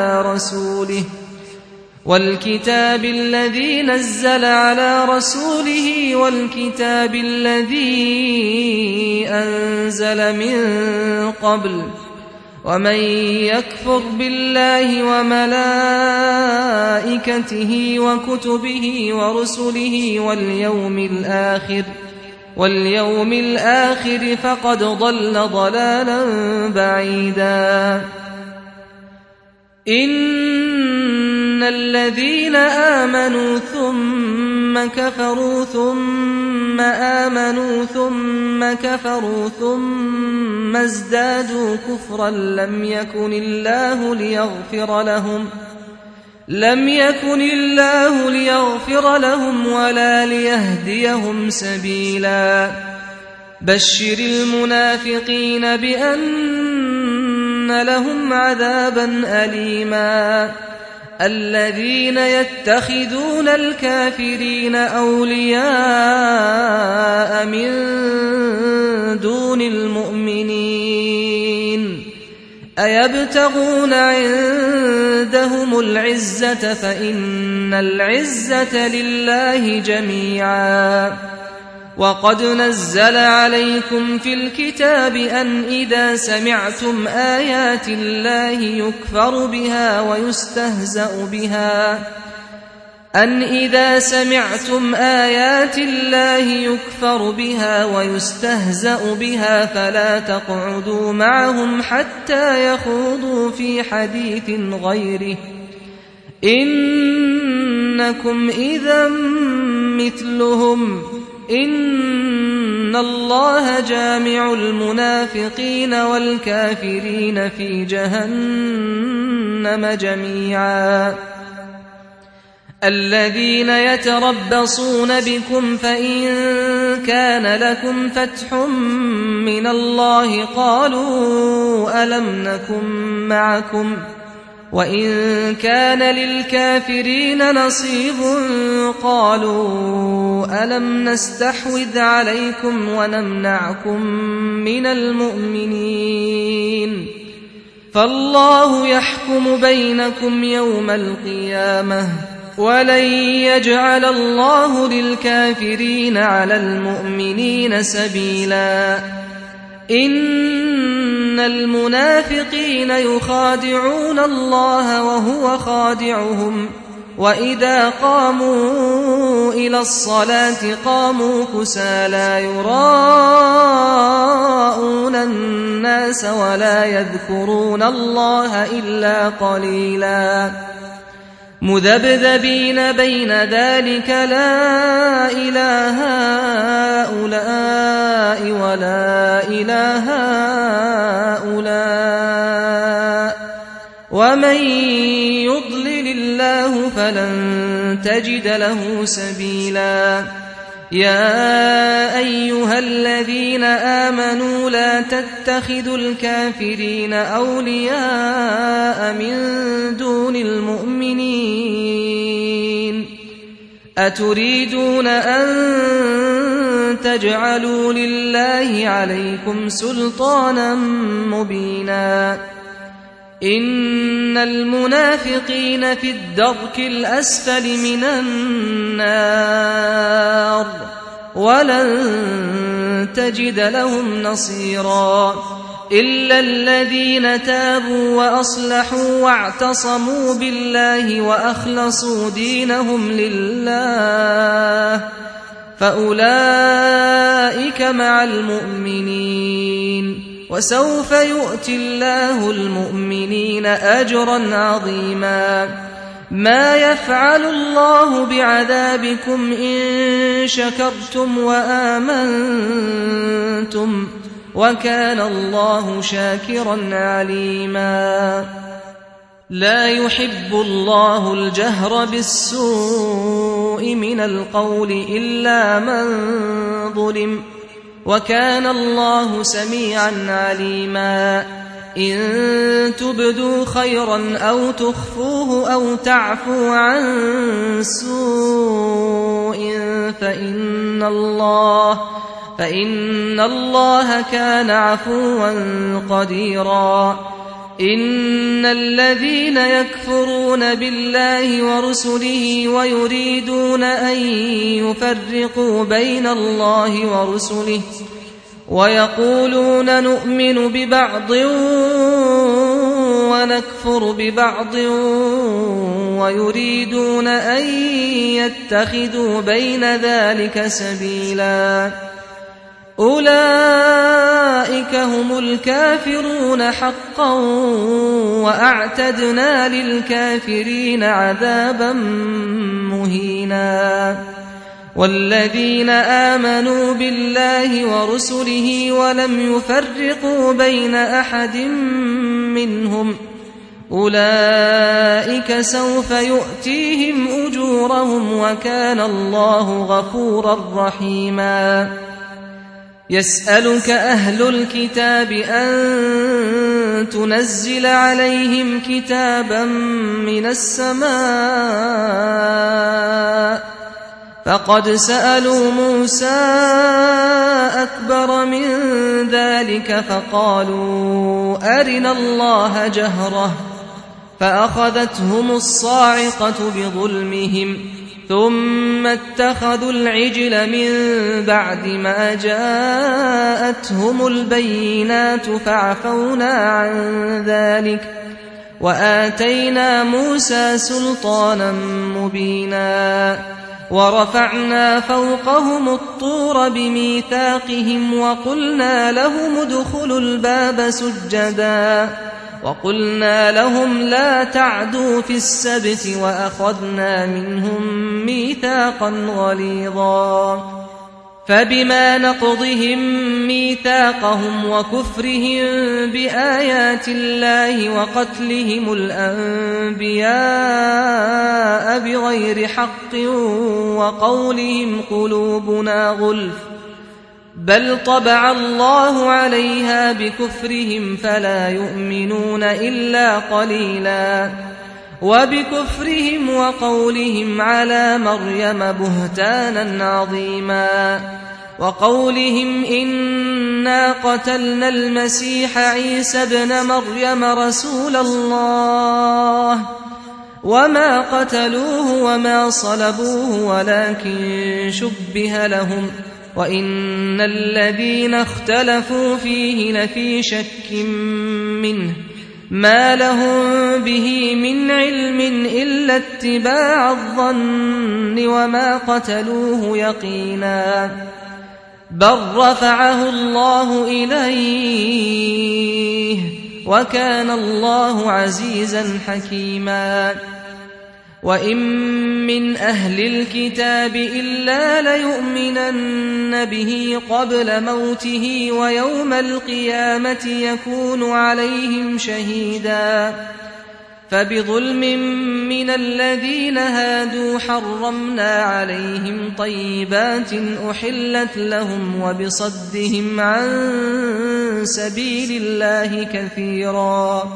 على رسوله والكتاب الذي أنزل من قبل ومن يكفر بالله وملائكته وكتبه ورسله واليوم الآخر فقد ضل ضلالا بعيدا إن الذين آمنوا ثم كفروا ثم آمنوا ثم كفروا ثم ازدادوا كفرا لم يكن الله ليغفر لهم ولا ليهديهم سبيلا بشر المنافقين بأن لهم عذابا أليما الذين يتخذون الكافرين أولياء من دون المؤمنين أيبتغون عندهم العزة فإن العزة لله جميعا وقد نزل عليكم في الكتاب أن إذا سمعتم آيات الله يكفر بها ويستهزأ بها فلا تقعدوا معهم حتى يخوضوا في حديث غيره إنكم إذا مثلهم إن الله جامع المنافقين والكافرين في جهنم جميعا الذين يتربصون بكم فإن كان لكم فتح من الله قالوا ألم نكن معكم وإن كان للكافرين نصيب قالوا ألم نستحوذ عليكم ونمنعكم من المؤمنين فالله يحكم بينكم يوم القيامة ولن يجعل الله للكافرين على المؤمنين سبيلا إن المنافقين يخادعون الله وهو خادعهم وإذا قاموا إلى الصلاة قاموا كسالى يراءون الناس ولا يذكرون الله إلا قليلا مذبذبين بين ذلك لا إله هؤلاء ولا إله هؤلاء ومن يضلل الله فلن تجد له سبيلا يا أيها الذين آمنوا لا تتخذوا الكافرين أولياء من دون المؤمنين أتريدون أن تجعلوا لله عليكم سلطانا مبينا إن المنافقين في الدرك الأسفل من النار ولن تجد لهم نصيرا إلا الذين تابوا وأصلحوا واعتصموا بالله وأخلصوا دينهم لله فأولئك مع المؤمنين وسوف يؤتي الله المؤمنين أجرا عظيما ما يفعل الله بعذابكم إن شكرتم وآمنتم وكان الله شاكرا عليما لا يحب الله الجهر بالسوء من القول إلا من ظلم وكان الله سميعا عليما إن تبدوا خيرا أو تخفوه أو تعفوا عن سوء فإن الله كان عفوا قديرا إن الذين يكفرون بالله ورسله ويريدون أن يفرقوا بين الله ورسله ويقولون نؤمن ببعض ونكفر ببعض ويريدون أن يتخذوا بين ذلك سبيلا أولئك هم الكافرون حقا وأعتدنا للكافرين عذابا مهينا والذين آمنوا بالله ورسله ولم يفرقوا بين أحد منهم أولئك سوف يؤتيهم أجورهم وكان الله غفورا رحيما يسألك أهل الكتاب أن تنزل عليهم كتابا من السماء فقد سألوا موسى أكبر من ذلك فقالوا أرنا الله جهرة فأخذتهم الصاعقة بظلمهم ثم اتخذوا العجل من بعد ما جاءتهم البينات فعفونا عن ذلك وآتينا موسى سلطانا مبينا ورفعنا فوقهم الطور بميثاقهم وقلنا لهم ادخلوا الباب سجدا وقلنا لهم لا تعدوا في السبت وأخذنا منهم ميثاقا غليظا فبما نقضهم ميثاقهم وكفرهم بآيات الله وقتلهم الأنبياء بغير حق وقولهم قلوبنا غلف بل طبع الله عليها بكفرهم فلا يؤمنون إلا قليلا وبكفرهم وقولهم على مريم بهتانا عظيما وقولهم إنا قتلنا المسيح عيسى ابن مريم رسول الله وما قتلوه وما صلبوه ولكن شبه لهم وإن الذين اختلفوا فيه لفي شك منه ما لهم به من علم إلا اتباع الظن وما قتلوه يقينا بل رفعه الله إليه وكان الله عزيزا حكيما وإن من أهل الكتاب إلا ليؤمنن به قبل موته ويوم القيامة يكون عليهم شهيدا فبظلم من الذين هادوا حرمنا عليهم طيبات أحلت لهم وبصدهم عن سبيل الله كثيرا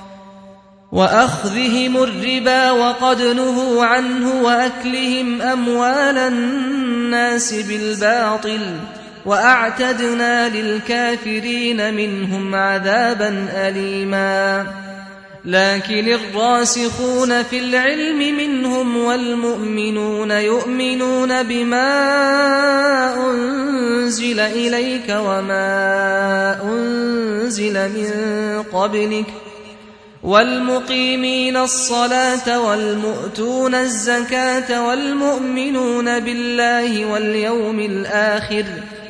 وأخذهم الربا وقد نهوا عنه وأكلهم أموال الناس بالباطل وأعتدنا للكافرين منهم عذابا أليما لكن الراسخون في العلم منهم والمؤمنون يؤمنون بما أنزل إليك وما أنزل من قبلك والمقيمين الصلاة والمؤتون الزكاة والمؤمنون بالله واليوم الآخر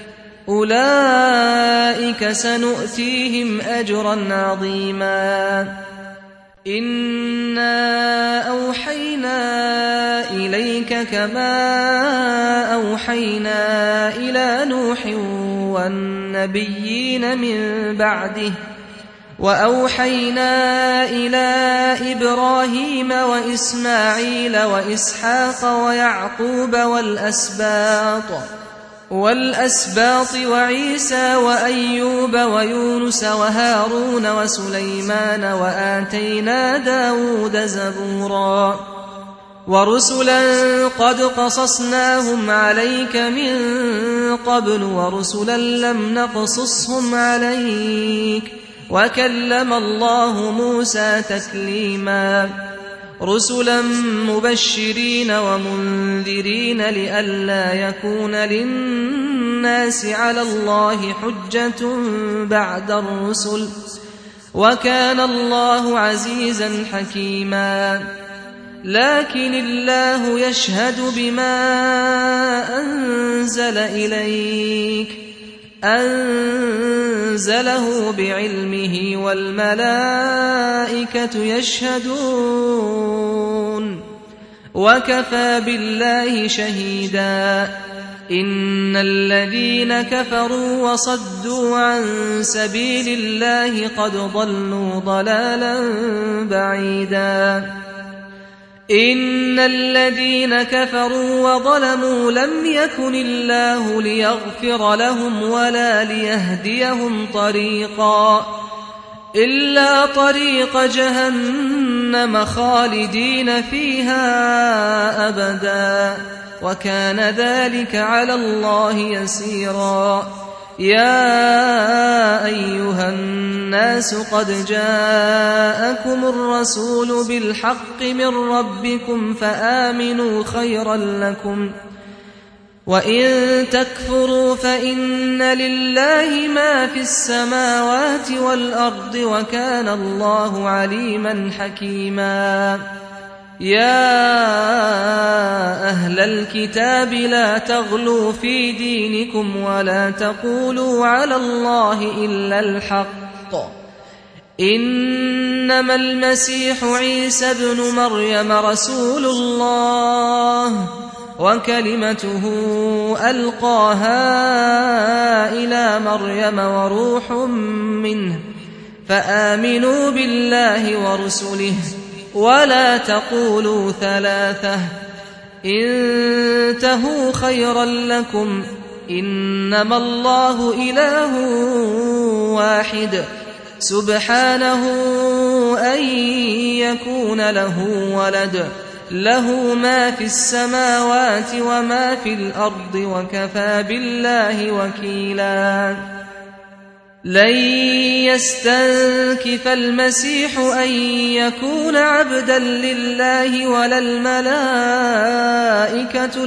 أولئك سنؤتيهم أجرا عظيما إنا أوحينا إليك كما أوحينا إلى نوح والنبيين من بعده وأوحينا إلى إبراهيم وإسماعيل وإسحاق ويعقوب والأسباط وعيسى وأيوب ويونس وهارون وسليمان وآتينا داود زبورا ورسلا قد قصصناهم عليك من قبل ورسلا لم نقصصهم عليك وكلم الله موسى تكليما رسلا مبشرين ومنذرين لئلا يكون للناس على الله حجة بعد الرسل وكان الله عزيزا حكيما لكن الله يشهد بما أنزل إليك أنزله بعلمه والملائكة يشهدون وكفى بالله شهيدا إن الذين كفروا وصدوا عن سبيل الله قد ضلوا ضلالا بعيدا إن الذين كفروا وظلموا لم يكن الله ليغفر لهم ولا ليهديهم طريقا إلا طريق جهنم خالدين فيها أبدا وكان ذلك على الله يسيرا. يا أيها الناس قد جاءكم الرسول بالحق من ربكم فآمنوا خيرا لكم، وإن تكفروا فإن لله ما في السماوات والأرض وكان الله عليما حكيما. يا أهل الكتاب لا تغلوا في دينكم ولا تقولوا على الله إلا الحق، إنما المسيح عيسى ابن مريم رسول الله وكلمته ألقاها إلى مريم وروح منه، فآمنوا بالله ورسله ولا تقولوا ثلاثة، انتهوا خيرا لكم، إنما الله إله واحد سبحانه أن يكون له ولد، له ما في السماوات وما في الأرض وكفى بالله وكيلا. لن يستنكف المسيح أن يكون عبدا لله ولا الملائكة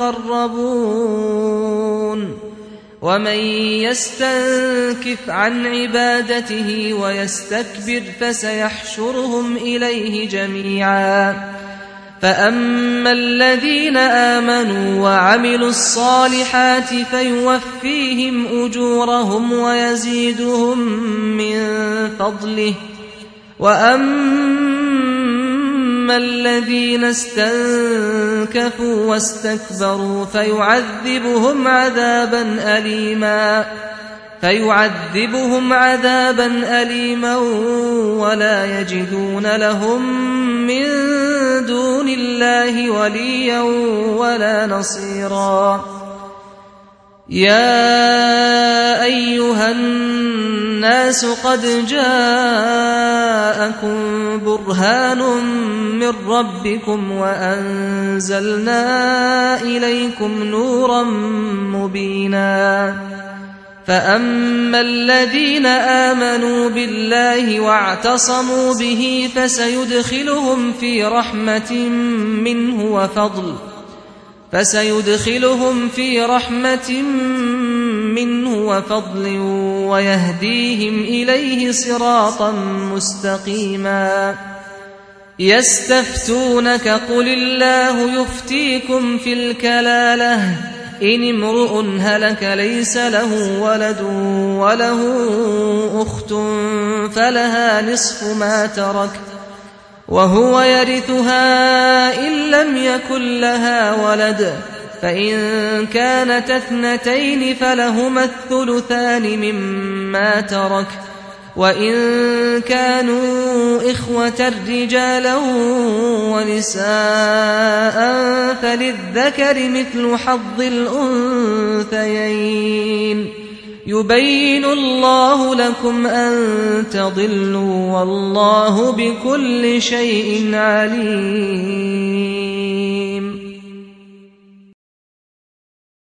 المقربون، ومن يستنكف عن عبادته ويستكبر فسيحشرهم إليه جميعا. فأما الذين آمنوا وعملوا الصالحات فيوفيهم أجورهم ويزيدهم من فضله، وأما الذين استنكفوا واستكبروا فيعذبهم عذابا أليما ولا يجدون لهم من دون الله وليا ولا نصيرا. يا أيها الناس قد جاءكم برهان من ربكم وأنزلنا إليكم نورا مبينا. فأما الذين آمنوا بالله واعتصموا به فسيدخلهم في رحمة منه وفضل ويهديهم إليه صراطا مستقيما. يستفتونك قل الله يفتيكم في الكلالة إن امرؤ هلك ليس له ولد وله أخت فلها نصف ما ترك وهو يرثها إن لم يكن لها ولد، فإن كانت اثنتين فلهما الثلثان مما ترك، وإن كانوا إخوة رجالا ونساء فللذكر مثل حظ الأنثيين. يبين الله لكم أن تضلوا والله بكل شيء عليم.